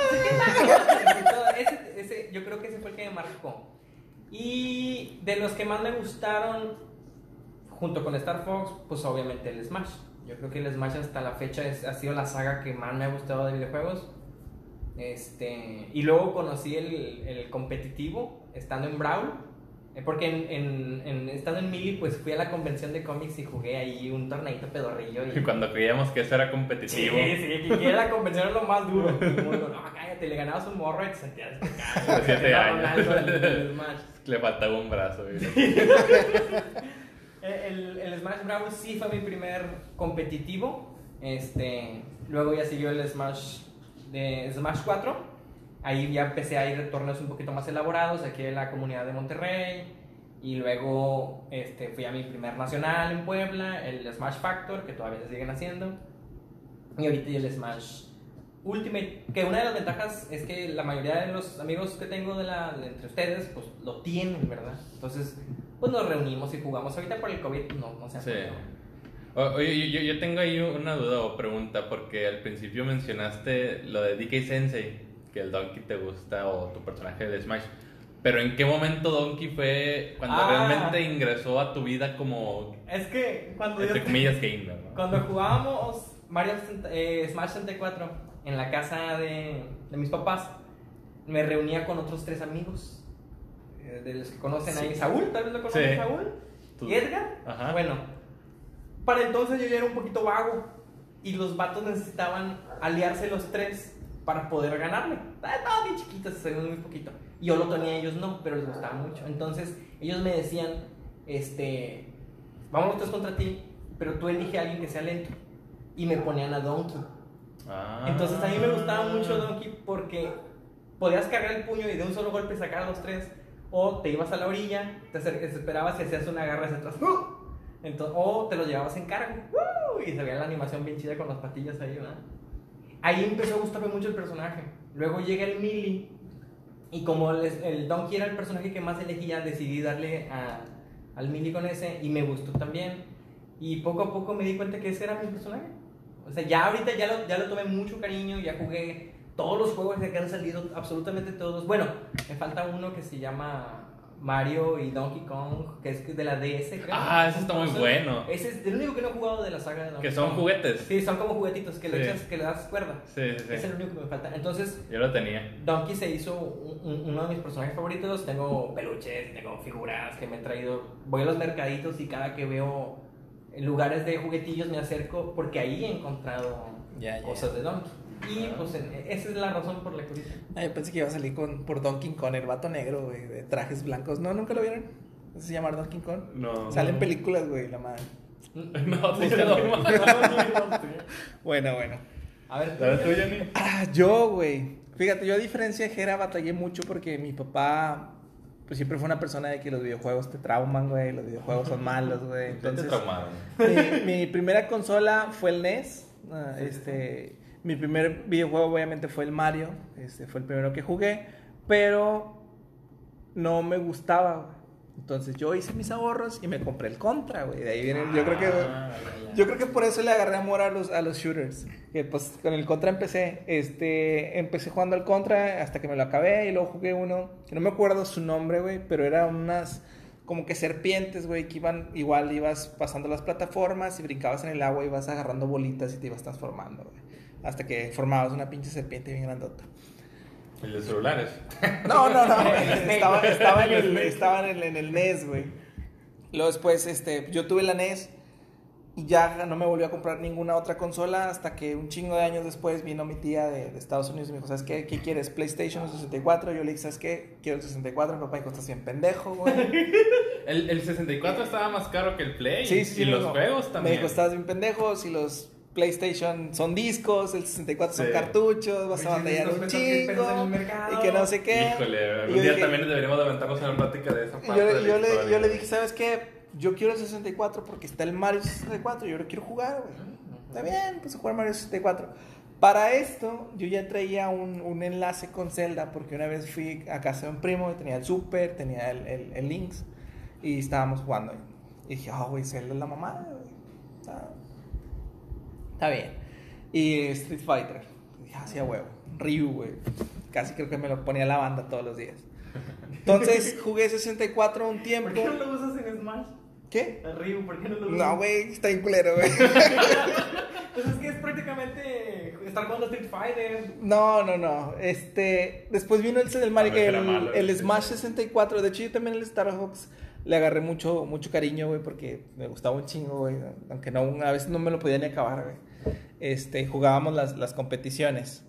ese, ese, yo creo que ese fue el que me marcó. Y de los que más me gustaron, junto con Star Fox, pues obviamente el Smash. Yo creo que el Smash hasta la fecha es, ha sido la saga que más me ha gustado de videojuegos. Este, y luego conocí el, el competitivo estando en Brawl. eh, Porque en, en, en, estando en Mili, pues fui a la convención de cómics y jugué ahí un torneito pedorrillo. Y... Cuando creíamos que eso era Sí, competitivo. sí, que, que la convención era lo más duro. Y el mundo, no, cállate, le ganabas un morro y te sentías De siete años. el, el Smash. Le faltaba un brazo. güey. El, el Smash Bros. Sí fue mi primer competitivo. Este, luego ya siguió el Smash de Smash cuatro. Ahí ya empecé a ir a torneos un poquito más elaborados aquí en la comunidad de Monterrey. Y luego este, fui a mi primer nacional en Puebla, el Smash Factor, que todavía se siguen haciendo. Y ahorita el Smash Ultimate, que una de las ventajas es que la mayoría de los amigos que tengo de la, de entre ustedes, pues lo tienen, ¿verdad? Entonces, pues nos reunimos y jugamos. Ahorita por el COVID no, no se ha Sí. podido. O- Oye, yo, yo tengo ahí una duda o pregunta, porque al principio mencionaste lo de D K Sensei, que el Donkey te gusta o tu personaje de Smash. Pero ¿en qué momento Donkey fue cuando Ah. realmente ingresó a tu vida como, Es que cuando yo... entre comillas, gamer, ¿no? Cuando jugábamos Mario eh, Smash sesenta y cuatro en la casa de, de mis papás, me reunía con otros tres amigos, eh, de los que conocen ahí. Saúl, tal vez lo conocen, Sí. Saúl. Tú- ¿Y Edgar? Ajá. Bueno, para entonces yo ya era un poquito vago y los vatos necesitaban aliarse los tres para poder ganarme. Ah, Estaban bien chiquitos, se ven muy poquito. Y yo lo tenía, ellos no, pero les gustaba mucho. Entonces ellos me decían, este, vamos los tres contra ti, pero tú elige a alguien que sea lento. Y me ponían a Donkey. Ah. Entonces a mí me gustaba mucho Donkey porque podías cargar el puño y de un solo golpe sacar a los tres. O te ibas a la orilla, te acer- te esperabas y hacías una garra hacia atrás. ¡Uh! Entonces, o te los llevabas en cargo. ¡Uh! Y se veía la animación bien chida con las patillas ahí, ¿verdad? Ahí empezó a gustarme mucho el personaje. Luego llega el Melee. Y como el, el Donkey era el personaje que más elegía, decidí darle a, al Melee con ese. Y me gustó también. Y poco a poco me di cuenta que ese era mi personaje. O sea, ya ahorita ya lo, ya lo tomé mucho cariño. Ya jugué todos los juegos que han salido, absolutamente todos. Bueno, me falta uno que se llama Mario y Donkey Kong, que es de la D S, creo. Ah, ese está muy Entonces, bueno. Ese es el único que no he jugado de la saga de Donkey Que son Kong. juguetes. Sí, son como juguetitos que le Sí. echas, que le das cuerda. Sí, sí, sí. Es el único que me falta. Entonces, Yo lo tenía. Donkey se hizo un- un- uno de mis personajes favoritos. Tengo peluches, tengo figuras que me he traído. Voy a los mercaditos y cada que veo lugares de juguetillos me acerco porque ahí he encontrado Ya, ya. cosas de Donkey. Y pues en- esa es la razón por la que ahorita. Ah, yo pensé que iba a salir con, por Donkey Kong, el vato negro, güey, de trajes blancos. No, ¿nunca lo vieron? ¿No se llama Donkey Kong? No. Salen películas, güey, la madre. No, sí, no. Bueno, bueno. A ver, ¿La tú, tuya, ni? Ah, yo, güey. Fíjate, yo a diferencia de Jera batallé mucho porque mi papá pues siempre fue una persona de que los videojuegos te trauman, güey, los videojuegos son malos, güey. Entonces, Entonces, te traumaron. mi, mi primera consola fue el N E S. ah, este, mi primer videojuego obviamente fue el Mario, este fue el primero que jugué, pero no me gustaba, güey. Entonces yo hice mis ahorros y me compré el Contra, güey. De ahí viene, yo creo que Ah, yo creo que por eso le agarré amor a los, a los shooters. Que pues con el Contra empecé. Este, empecé jugando al Contra hasta que me lo acabé. Y luego jugué uno, que no me acuerdo su nombre, güey. Pero eran unas como que serpientes, güey. Que iban, igual ibas pasando las plataformas y brincabas en el agua y ibas agarrando bolitas y te ibas transformando, güey. Hasta que formabas una pinche serpiente bien grandota. El de celulares. No, no, no. estaba, estaba, en el, estaba en el, en el N E S, güey. Luego después, este, yo tuve la N E S y ya no me volví a comprar ninguna otra consola hasta que un chingo de años después vino mi tía de, de Estados Unidos y me dijo, ¿sabes qué? ¿Qué quieres? ¿PlayStation o sesenta y cuatro? Yo le dije, ¿sabes qué? Quiero el sesenta y cuatro. Mi papá dijo, estás bien pendejo, güey. El, el sesenta y cuatro estaba más caro que el Play. Sí, sí, y me los dijo- juegos también. Me dijo, estás bien pendejo. Si los PlayStation son discos, el sesenta y cuatro son Sí. cartuchos, vas a batallar un chingo y que no sé qué. Híjole, Y algún yo día dije- también deberíamos de aventarnos una plática de esa Y parte yo, de le- la yo, le, historia. yo le dije, ¿sabes qué? yo quiero el sesenta y cuatro porque está el Mario sesenta y cuatro y yo lo quiero jugar, güey. Está bien, pues a jugar Mario sesenta y cuatro. Para esto, yo ya traía un, un enlace con Zelda porque una vez fui a casa de un primo y tenía el Super, tenía el, el, el Lynx y estábamos jugando ahí. Y dije, oh, güey, Zelda es la mamada, güey. Está, está bien. Y Street Fighter. Y dije, hacía huevo. Ryu, güey. Casi creo que me lo ponía la banda todos los días. Entonces jugué sesenta y cuatro un tiempo. ¿Por qué no lo usas en Smash? ¿Qué? El Ryu, ¿por qué no lo usas? No, güey, está bien culero, güey. Pues es que es prácticamente estar jugando Street Fighter. No, no, no. Este, después vino el, el, Mario, A ver, era el, malo, el güey. Smash sesenta y cuatro. De hecho, yo también el Star Fox le agarré mucho, mucho cariño, güey, porque me gustaba un chingo, güey. Aunque no, a veces no me lo podía ni acabar, güey. Este, jugábamos las, las competiciones.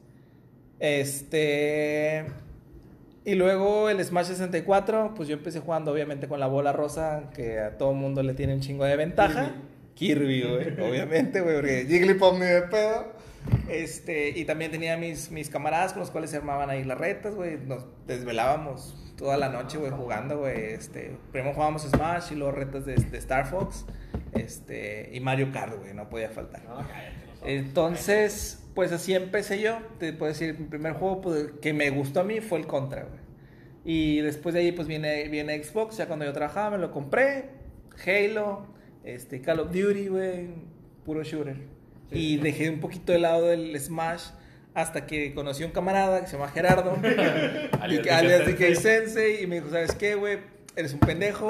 Este... Y luego el Smash sesenta y cuatro, pues yo empecé jugando obviamente con la bola rosa, que a todo mundo le tiene un chingo de ventaja. Kirby, güey, obviamente, güey, porque Jigglypuff ni de pedo. Este, y también tenía mis, mis camaradas con los cuales se armaban ahí las retas, güey. Nos desvelábamos toda la noche, güey, jugando, güey. Este, primero jugábamos Smash y luego retas de, de Star Fox. Este, y Mario Kart, güey, no podía faltar. No, cállate. Entonces, pues así empecé yo. Te puedo decir, mi primer juego pues, que me gustó a mí fue el Contra, güey. Y después de ahí, pues viene, viene Xbox. Ya cuando yo trabajaba, me lo compré. Halo, este, Call of Duty, güey. Puro shooter. Sí, y sí. Dejé un poquito de lado el Smash hasta que conocí a un camarada que se llama Gerardo. alias, alias D K Sensei. Y me dijo, ¿sabes qué, güey? Eres un pendejo.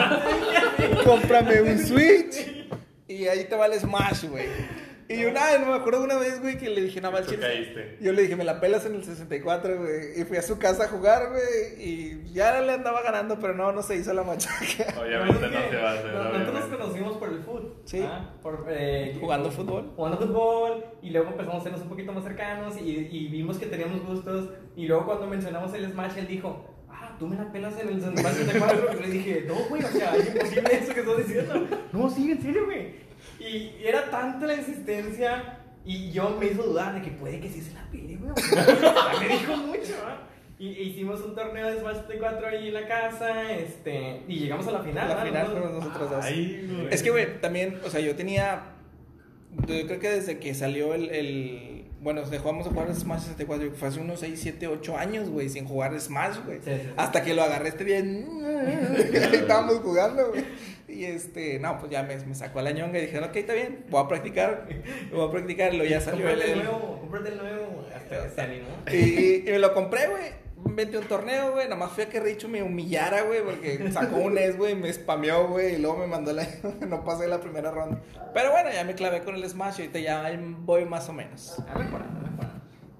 Cómprame un Switch. Y ahí te va el Smash, güey. Y yo, nada, no me acuerdo una vez, güey, que le dije, nada más, yo le dije, me la pelas en el sesenta y cuatro, güey. Y fui a su casa a jugar, güey. Y ya le andaba ganando, pero no, no se hizo la machaca. Obviamente no, no se va a hacer. No, nosotros nos conocimos por el fútbol. Sí. ¿Ah? Por, eh, jugando fútbol. Jugando fútbol. Y luego empezamos a hacernos un poquito más cercanos. Y, y vimos que teníamos gustos. Y luego cuando mencionamos el Smash, él dijo, ah, tú me la pelas en el sesenta y cuatro. Y le dije, no, güey, o sea, es imposible eso que estás diciendo. No, sí, en serio, güey. Y era tanta la insistencia y yo me hizo dudar de que puede que sí se la pele, güey. Me dijo mucho, ¿eh? Y e hicimos un torneo de Smash sesenta y cuatro ahí en la casa, este, y llegamos a la final. La ¿no? final fuimos nosotros dos. Ay, es que, güey, también, o sea, yo tenía, yo creo que desde que salió el, el bueno, dejamos de jugar Smash sesenta y cuatro, fue hace unos seis, siete, ocho años, güey, sin jugar Smash, güey. Sí, sí, sí. Hasta que lo agarré este día, ahí estábamos jugando, güey. Y este, no, pues ya me, me sacó a la ñonga y dije, ok, está bien, voy a practicar, voy a practicar, y luego ya salió el... el nuevo, cómprate el nuevo, hasta que se animó. Y, y me lo compré, güey, metí un torneo, güey, nada más fui a que Richo me humillara, güey, porque sacó un E S, güey, me spameó, güey, y luego me mandó la, no pasé la primera ronda. Pero bueno, ya me clavé con el Smash y ahorita ya voy más o menos. A mejorando, mejorando.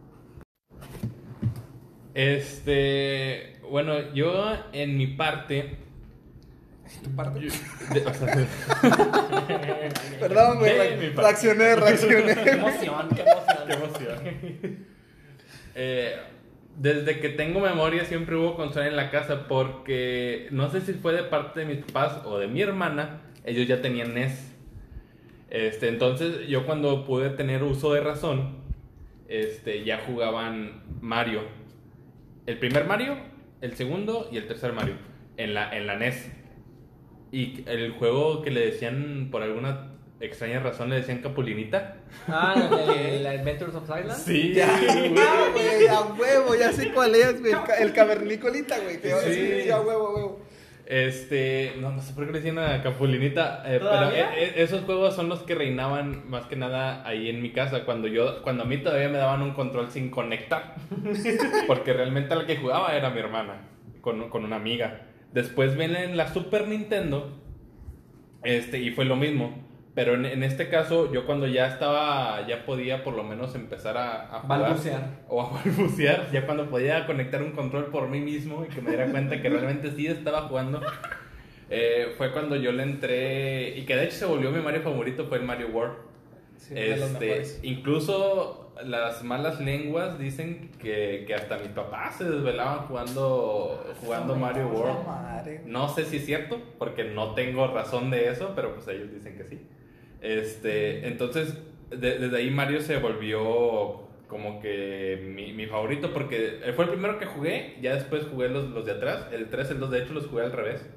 Este, bueno, yo en mi parte... Tu parte. Yo, de, o sea, Perdón, güey, re reaccioné, reaccioné. Qué emoción, qué emoción. Qué emoción. Eh, desde que tengo memoria siempre hubo consola en la casa porque no sé si fue de parte de mis papás o de mi hermana, ellos ya tenían N E S. Este, entonces yo cuando pude tener uso de razón, este, ya jugaban Mario. El primer Mario, el segundo y el tercer Mario en la, en la N E S. Y el juego que le decían, por alguna extraña razón, le decían Capulinita. Ah, el, el Adventures of Island. Sí, ya, güey, a huevo, ya sé cuál es, güey. El, el cavernícolita, güey. Que sí. Sí, sí, a huevo, a huevo. Este, no, no sé por qué le decían a Capulinita, eh, pero eh, esos juegos son los que reinaban más que nada ahí en mi casa. Cuando yo, cuando a mí todavía me daban un control sin conectar. Porque realmente la que jugaba era mi hermana, con, con una amiga. Después viene la Super Nintendo, este, y fue lo mismo. Pero en, en este caso, yo cuando ya estaba, ya podía por lo menos empezar a, a jugar. Balbucear. O a balbucear, ya cuando podía conectar un control por mí mismo y que me diera cuenta que realmente sí estaba jugando. Eh, fue cuando yo le entré, y que de hecho se volvió mi Mario favorito, fue el Mario World. Sí, este, incluso las malas lenguas dicen que, que hasta mis papás se desvelaban jugando, jugando oh, Mario World. Madre. No sé si es cierto, porque no tengo razón de eso, pero pues ellos dicen que sí. Este, entonces, de, desde ahí Mario se volvió como que mi, mi favorito, porque fue el primero que jugué, ya después jugué los, los de atrás, el tres, el dos, de hecho los jugué al revés.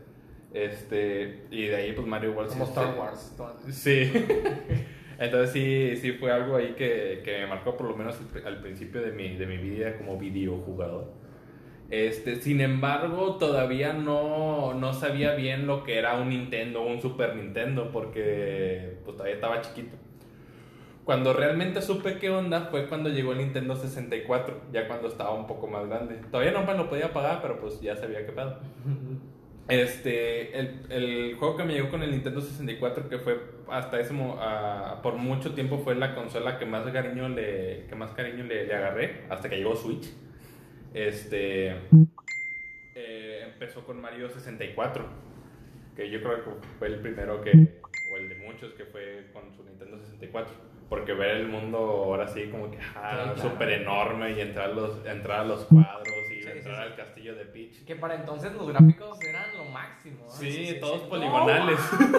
Este, y de ahí pues Mario World. Como sí, Star sí. Wars. todo. Sí. Entonces sí, sí fue algo ahí que, que me marcó por lo menos al, al principio de mi, de mi vida como videojugador. Este, sin embargo, todavía no, no sabía bien lo que era un Nintendo o un Super Nintendo porque pues, todavía estaba chiquito. Cuando realmente supe qué onda fue cuando llegó el Nintendo sesenta y cuatro, ya cuando estaba un poco más grande. Todavía no me lo podía pagar, pero pues ya sabía qué pedo. Este, el, el juego que me llegó con el Nintendo sesenta y cuatro, que fue hasta ese mo- uh, por mucho tiempo fue la consola que más cariño le, que más cariño le, le agarré, hasta que llegó Switch. Este, eh, empezó con Mario sesenta y cuatro, que yo creo que fue el primero que, o el de muchos que fue con su Nintendo sesenta y cuatro, porque ver el mundo ahora sí como que ah, Sí, súper claro. enorme y entrar a los, entrar a los cuadros y Sí, entrar sí, sí. al castillo de Peach. Que para entonces los gráficos eran lo máximo. ¿eh? Sí, sí, sí, todos sí. poligonales.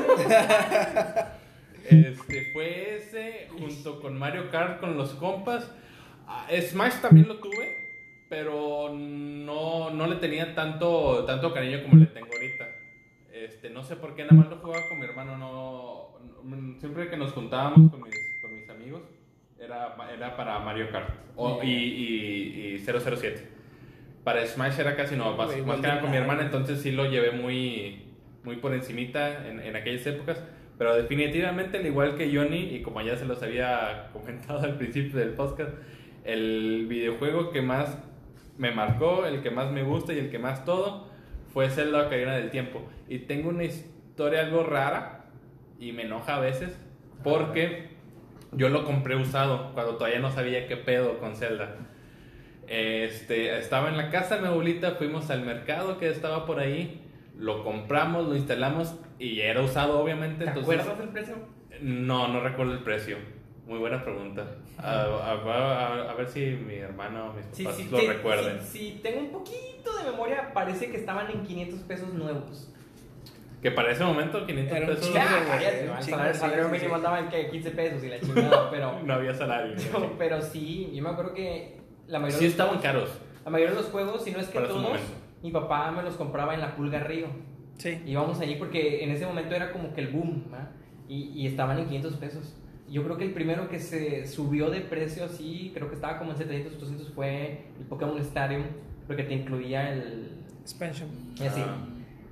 No, Este, fue ese junto con Mario Kart con los compas. Ah, Smash también lo tuve, pero no, no le tenía tanto, tanto cariño como le tengo ahorita. Este, no sé por qué, nada más lo jugaba con mi hermano. No, no- siempre que nos juntábamos con mis, con mis amigos, era, era para Mario Kart o- y, y, y cero cero siete. Para Smash era casi no, más, Güey, más que igual nada de con mi nada. hermana, entonces sí lo llevé muy, muy por encimita en, en aquellas épocas. Pero definitivamente, al igual que Johnny, y como ya se los había comentado al principio del podcast, el videojuego que más me marcó, el que más me gusta y el que más todo, fue Zelda Ocarina del Tiempo. Y tengo una historia algo rara, y me enoja a veces, porque yo lo compré usado, cuando todavía no sabía qué pedo con Zelda. Este, estaba en la casa de mi abuelita, fuimos al mercado que estaba por ahí, lo compramos, lo instalamos y era usado obviamente. ¿te Entonces, acuerdas del precio? no, no recuerdo el precio. Muy buena pregunta. A, a- a- a ver si mi hermano o mis Sí, papás sí, lo sí, recuerden. sí, sí, tengo un poquito de memoria, parece que estaban en quinientos pesos nuevos. Que para ese momento quinientos Era un pesos chingo, Ya, güey, cállate, un el chingo, salario, sí, salario sí, mínimo sí. andaba en que quince pesos y la chingada, pero, no había salario. pero, pero sí, yo me acuerdo que la mayoría Sí de los estaban juegos- caros. La mayoría de los juegos, si no es que Para su todos, momento. mi papá me los compraba en la Pulga Río. Sí. Íbamos allí porque en ese momento era como que el boom, ¿verdad? Y, y estaban en quinientos pesos. Yo creo que el primero que se subió de precio así, creo que estaba como en setecientos, ochocientos, fue el Pokémon Stadium, porque te incluía el... Expansion. y así. Ah.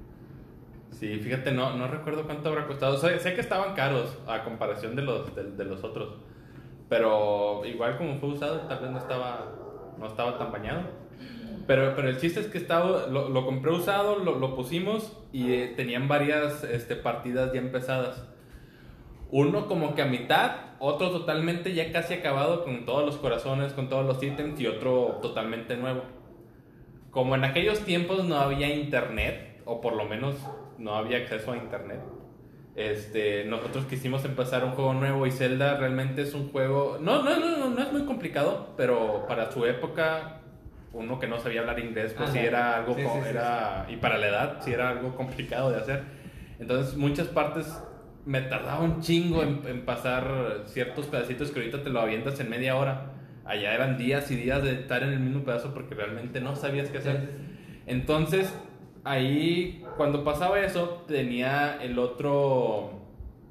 Sí, fíjate, no, no recuerdo cuánto habrá costado. Sé, sé que estaban caros a comparación de los, de, de los otros. Pero igual como fue usado, tal vez no estaba, no estaba tan bañado. Pero, pero el chiste es que estaba, lo, lo compré usado, lo, lo pusimos y eh, tenían varias este, partidas ya empezadas. Uno como que a mitad, otro totalmente ya casi acabado con todos los corazones, con todos los ítems, y otro totalmente nuevo. Como en aquellos tiempos no había internet, o por lo menos no había acceso a internet, este, nosotros quisimos empezar un juego nuevo, y Zelda realmente es un juego, no, no, no, no, no es muy complicado, pero para su época, uno que no sabía hablar inglés, pues Ah, sí no. era algo, Sí, co- sí, sí, era, y para la edad sí era algo complicado de hacer. Entonces muchas partes me tardaba un chingo en, en pasar ciertos pedacitos que ahorita te lo avientas en media hora. Allá eran días y días de estar en el mismo pedazo porque realmente no sabías qué hacer. Entonces, ahí, cuando pasaba eso, tenía el otro,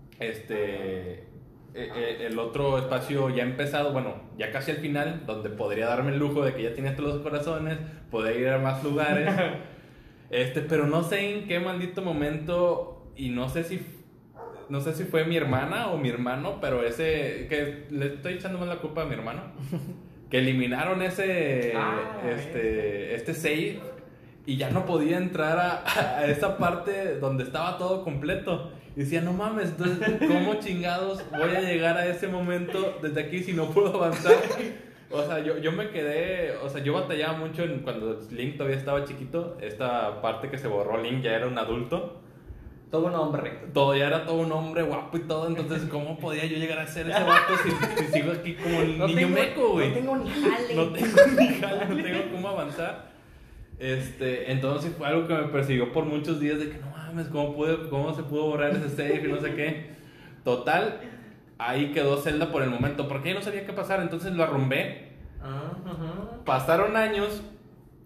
este, eh, eh, el otro espacio ya empezado, bueno, ya casi al final, donde podría darme el lujo de que ya tenía todos los corazones, poder ir a más lugares, este, pero no sé en qué maldito momento, y no sé si, no sé si fue mi hermana o mi hermano, pero ese, que le estoy echando más la culpa a mi hermano, que eliminaron ese, Ah, este, este save, y ya no podía entrar a, a esa parte donde estaba todo completo. Y decía, no mames, entonces, ¿cómo chingados voy a llegar a ese momento desde aquí si no puedo avanzar? O sea, yo, yo me quedé, o sea, yo batallaba mucho en, cuando Link todavía estaba chiquito. Esta parte que se borró, Link ya era un adulto. Todo un hombre. Todo ya era todo un hombre guapo y todo. Entonces, ¿cómo podía yo llegar a ser ese vato si, si sigo aquí como el No niño tengo- meco, güey? No tengo ni jale. No tengo ni jale, no tengo cómo avanzar. Este, entonces fue algo que me persiguió por muchos días de que no mames, ¿cómo, pude, cómo se pudo borrar ese save y no sé qué? Total, ahí quedó Zelda por el momento, porque yo no sabía qué pasar, entonces lo arrumbé. Ah, ajá. Pasaron años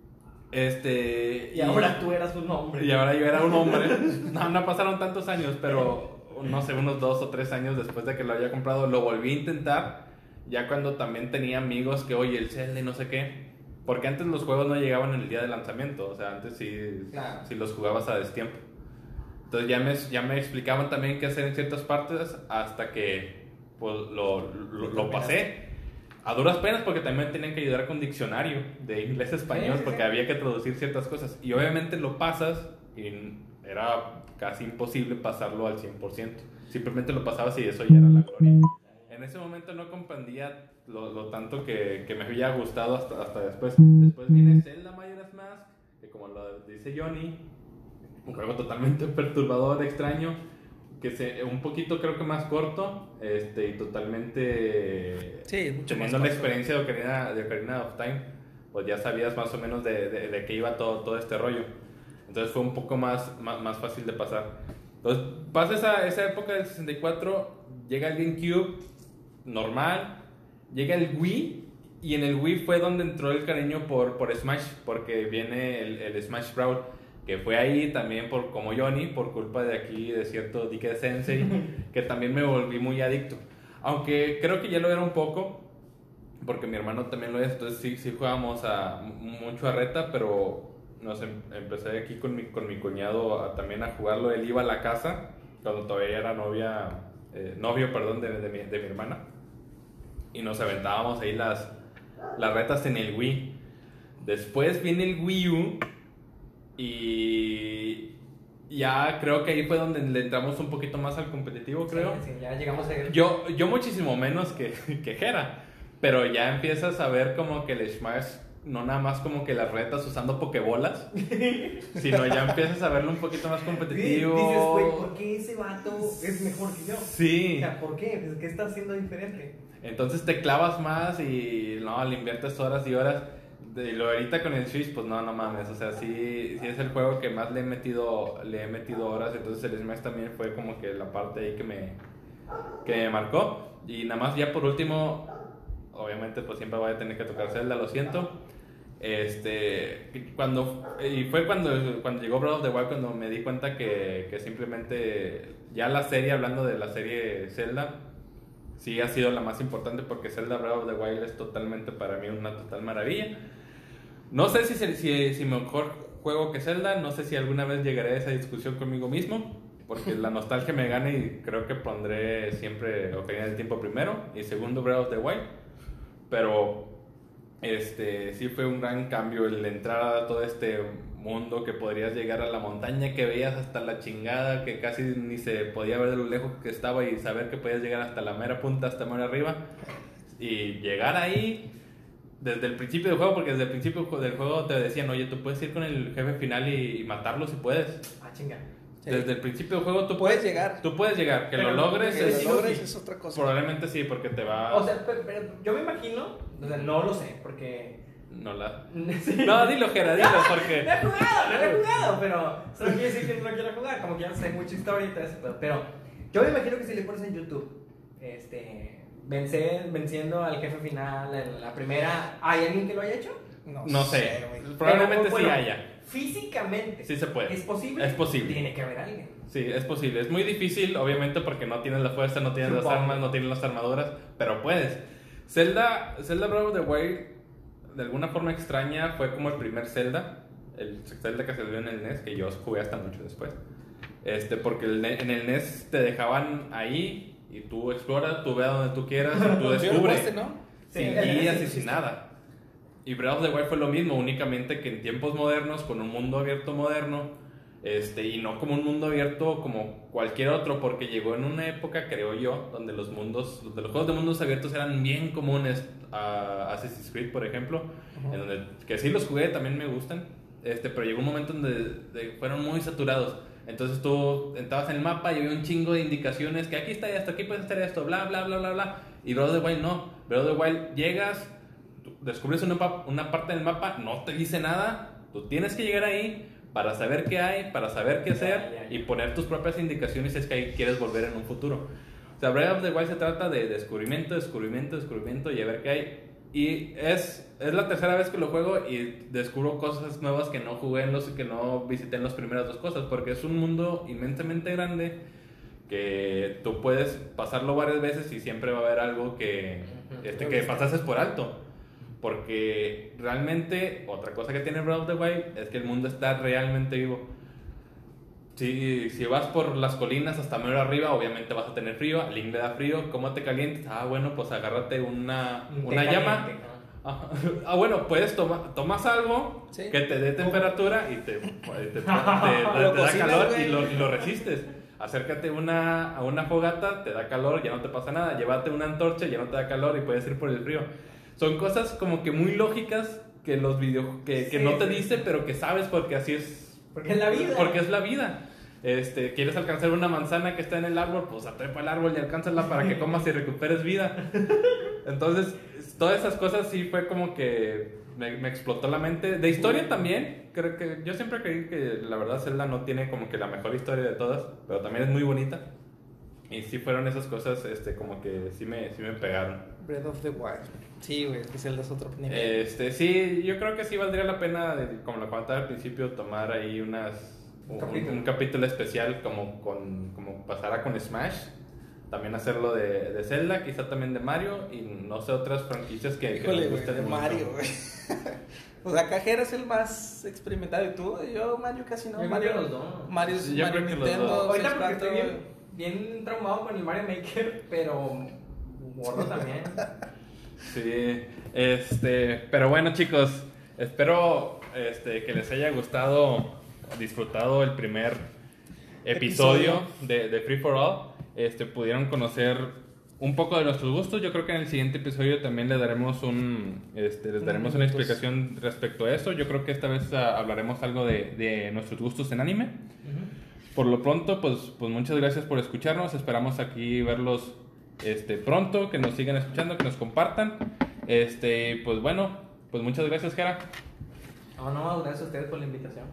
Este... Y ahora tú eras un hombre. Y ahora yo era un hombre. No, no pasaron tantos años, pero no sé, unos dos o tres años después de que lo había comprado, lo volví a intentar. Ya cuando también tenía amigos que, oye, el Zelda y no sé qué. Porque antes los juegos no llegaban en el día de lanzamiento. O sea, antes sí, Claro. sí los jugabas a destiempo. Entonces ya me, ya me explicaban también qué hacer en ciertas partes hasta que pues, lo, lo, lo pasé. A duras penas porque también tenían que ayudar con diccionario de inglés a español, Sí, sí, porque sí. había que traducir ciertas cosas. Y obviamente lo pasas y era casi imposible pasarlo al cien por ciento. Simplemente lo pasabas y eso ya era la gloria. En ese momento no comprendía lo, lo tanto que, que me había gustado hasta, hasta después. Después viene Zelda Majora's Mask, que como lo dice Johnny, un juego totalmente perturbador, extraño, que se, un poquito creo que más corto, este, y totalmente Sí, mucho teniendo más la corto. experiencia de Ocarina, de Ocarina of Time, pues ya sabías más o menos de, de, de qué iba todo, todo este rollo. Entonces fue un poco más, más, más fácil de pasar. Entonces pasa esa, esa época del sesenta y cuatro, llega el GameCube normal, llega el Wii, y en el Wii fue donde entró el cariño por, por Smash, porque viene el, el Smash Brawl, que fue ahí también por, como Johnny, por culpa de aquí de cierto Dike Sensei, que también me volví muy adicto. Aunque creo que ya lo era un poco, porque mi hermano también lo es, entonces sí, sí jugábamos a, mucho a reta, pero nos em, empecé aquí con mi, con mi cuñado a, también a jugarlo. Él iba a la casa, cuando todavía era novia, eh, novio, perdón, de, de, mi, de mi hermana, y nos aventábamos ahí las, las retas en el Wii. Después viene el Wii U, y ya creo que ahí fue donde le entramos un poquito más al competitivo, creo. Sí, sí, ya llegamos a ir. Yo, yo muchísimo menos que, que Jera, pero ya empiezas a ver como que el Smash, no nada más como que las retas usando pokebolas, sino ya empiezas a verlo un poquito más competitivo. Dices, güey, ¿por qué ese vato es mejor que yo? Sí. O sea, ¿por qué? Pues, ¿qué está haciendo diferente? Entonces te clavas más y no, le inviertes horas y horas. Y lo ahorita con el Switch, pues no, no mames, o sea, sí, sí es el juego que más le he metido, le he metido horas. Entonces el Smash también fue como que la parte ahí que me, que me marcó. Y nada más ya por último, obviamente pues siempre voy a tener que tocar Zelda, lo siento. Este, cuando, y fue cuando, cuando llegó Breath of the Wild, cuando me di cuenta que, que simplemente ya la serie, hablando de la serie Zelda, sí ha sido la más importante, porque Zelda Breath of the Wild es totalmente para mí una total maravilla. No sé si, si, si mejor juego que Zelda, no sé si alguna vez llegaré a esa discusión conmigo mismo, porque la nostalgia me gana y creo que pondré siempre Ocarina del Tiempo primero y segundo Breath of the Wild. Pero este, sí fue un gran cambio el entrar a todo este mundo, que podrías llegar a la montaña que veías hasta la chingada, que casi ni se podía ver de lo lejos que estaba, y saber que podías llegar hasta la mera punta, hasta mera arriba, y llegar ahí desde el principio del juego, porque desde el principio del juego te decían, oye, tú puedes ir con el jefe final y, y matarlo si puedes. Ah, chinga. Sí. Desde el principio del juego tú Puedes puedes llegar. Tú puedes llegar, que Pero lo no, logres que Que es, lo logres es otra cosa. probablemente sí, porque te va... O sea, pero, pero yo me imagino, o sea, no lo sé, porque... no la... Sí. No, dilo, Jera, dilo, porque... No he jugado, no he jugado, pero eso no quiere decir que no quiera jugar, como que ya no sé mucha historia y todo eso, pero, pero yo me imagino que si le pones en YouTube, este, vencer, venciendo al jefe final en la primera, ¿hay alguien que lo haya hecho? No sé, güey. probablemente Pero, bueno, sí haya. Físicamente. Sí se puede. ¿Es posible? Es posible. Tiene que haber alguien. Sí, es posible. Es muy difícil, obviamente, porque no tienes la fuerza, no tienes las Supongo. armas, no tienes las armaduras, pero puedes. Zelda, Zelda Breath of the Wild, de alguna forma extraña, fue como el primer Zelda, el Zelda que se dio en el N E S, que yo jugué hasta mucho después. Este, porque el, en el N E S te dejaban ahí y tú exploras, tú ve a donde tú quieras, y tú descubres. Este, ¿no? Sí, Sin el N E S guías y existe. sin nada. Y Breath of the Wild fue lo mismo, únicamente que en tiempos modernos, con un mundo abierto moderno, este, y no como un mundo abierto como cualquier otro, porque llegó en una época, creo yo, donde los mundos, donde los juegos de mundos abiertos eran bien comunes. uh, Assassin's Creed, por ejemplo, Uh-huh. en donde, que sí los jugué, también me gustan, este, pero llegó un momento donde de, fueron muy saturados. Entonces tú entrabas en el mapa y había un chingo de indicaciones, que aquí está esto, aquí puedes hacer esto, bla, bla, bla, bla, bla. Y Breath of the Wild no. Breath of the Wild llegas, descubres una, una parte del mapa, no te dice nada, tú tienes que llegar ahí para saber qué hay, para saber qué hacer, Ya, ya, ya. y poner tus propias indicaciones si es que ahí quieres volver en un futuro. O sea, Breath of the Wild se trata de descubrimiento, descubrimiento, descubrimiento y a ver qué hay. Y es, es la tercera vez que lo juego y descubro cosas nuevas que no jugué en los que no visité en las primeras dos cosas, porque es un mundo inmensamente grande que tú puedes pasarlo varias veces y siempre va a haber algo que, este, que pasases por alto. Porque realmente otra cosa que tiene Breath of the Wild es que el mundo está realmente vivo. Si, si vas por las colinas hasta mero arriba, obviamente vas a tener frío. Al Link le da frío. ¿Cómo te calientas? Ah, bueno, pues agárrate una, una llama. Ah, ah, bueno, puedes tomar tomas algo ¿sí? que te dé temperatura y te, te, te, te, te, te da calor y lo, y lo resistes. Acércate una, a una fogata, te da calor, ya no te pasa nada. Llévate una antorcha, ya no te da calor y puedes ir por el frío. Son cosas como que muy lógicas que los videojuegos que, que sí, no te sí. dice, pero que sabes porque así es. Porque es la vida. Porque es la vida. Este, quieres alcanzar una manzana que está en el árbol, pues atrepa el árbol y alcánzala para que comas y recuperes vida. Entonces, todas esas cosas sí fue como que me, me explotó la mente. De historia también, creo que yo siempre creí que la verdad Zelda no tiene como que la mejor historia de todas, pero también es muy bonita. Y sí fueron esas cosas, este, como que sí me, sí me pegaron. Breath of the Wild. Sí, güey, que Zelda es otro nivel. Este, sí, yo creo que sí valdría la pena, como lo comentaba al principio, tomar ahí unas... Un capítulo. un capítulo especial como, con, como pasara con Smash, también hacerlo de, de Zelda, quizá también de Mario y no sé otras franquicias que, Híjole, que nos gusten de mucho. Mario, güey. O sea, Cajera es el más experimentado y tú, yo Mario casi no. Yo Mario, los dos. Mario, Sí, yo Mario creo que los Nintendo, dos. Ahorita porque Splatoon, estoy bien, bien traumado con el Mario Maker, pero gordo también. Sí, este, pero bueno chicos, espero este, que les haya gustado, disfrutado el primer episodio, episodio. De, de Free for All. Este, pudieron conocer un poco de nuestros gustos. Yo creo que en el siguiente episodio también le daremos un, este, les daremos una explicación respecto a eso. Yo creo que esta vez uh, hablaremos algo de, de nuestros gustos en anime. Uh-huh. Por lo pronto, pues, pues muchas gracias por escucharnos. Esperamos aquí verlos este, pronto, que nos sigan escuchando, que nos compartan. Este, pues bueno, pues muchas gracias, Jera. No, no, gracias a ustedes por la invitación.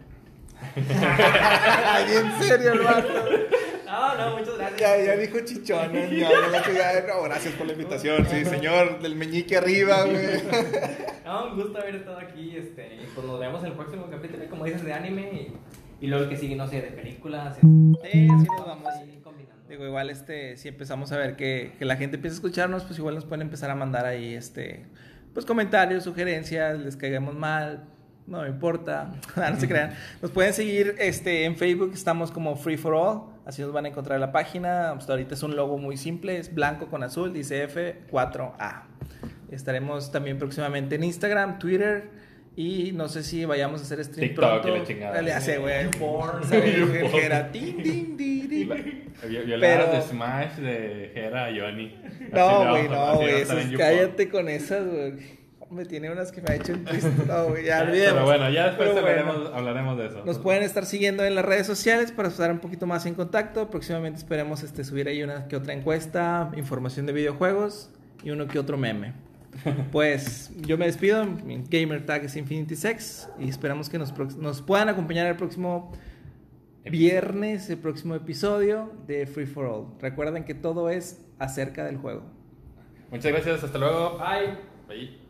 ¿En serio, el vato? No, no, muchas gracias. Ya, ya dijo chichón, ¿no? Ya, ya, no, gracias por la invitación. Sí, señor, del meñique arriba, güey. No, un gusto haber estado aquí. Este, y pues nos vemos en el próximo capítulo, como dices, de anime. Y, y luego el que sigue, no sé, de películas. Sí, sí, nos vamos ahí combinando. Digo, igual, este, si empezamos a ver que, que la gente empieza a escucharnos, pues igual nos pueden empezar a mandar ahí, este, pues comentarios, sugerencias, les caigamos mal. No me importa, no se crean. Nos pueden seguir este, en Facebook, estamos como Free for All, así nos van a encontrar en la página. Hasta ahorita es un logo muy simple, es blanco con azul, dice F cuatro A. Estaremos también próximamente en Instagram, Twitter y no sé si vayamos a hacer stream TikTok, pronto. La chingada. Le hace, güey, porn. Era tin, tin, tin, tin. Violadas de Smash de Jera a Johnny. No, güey, no, güey, cállate con esas, güey. Me tiene unas que me ha hecho un twist. No, ya olvidemos. Pero bueno, ya después Pero hablaremos, bueno, hablaremos de eso. Nos pueden estar siguiendo en las redes sociales para estar un poquito más en contacto. Próximamente esperemos este, subir ahí una que otra encuesta, información de videojuegos y uno que otro meme. Pues yo me despido. Mi gamer tag es Infinity Sex y esperamos que nos, nos puedan acompañar el próximo viernes, el próximo episodio de Free for All. Recuerden que todo es acerca del juego. Muchas gracias, hasta luego. Bye. Bye.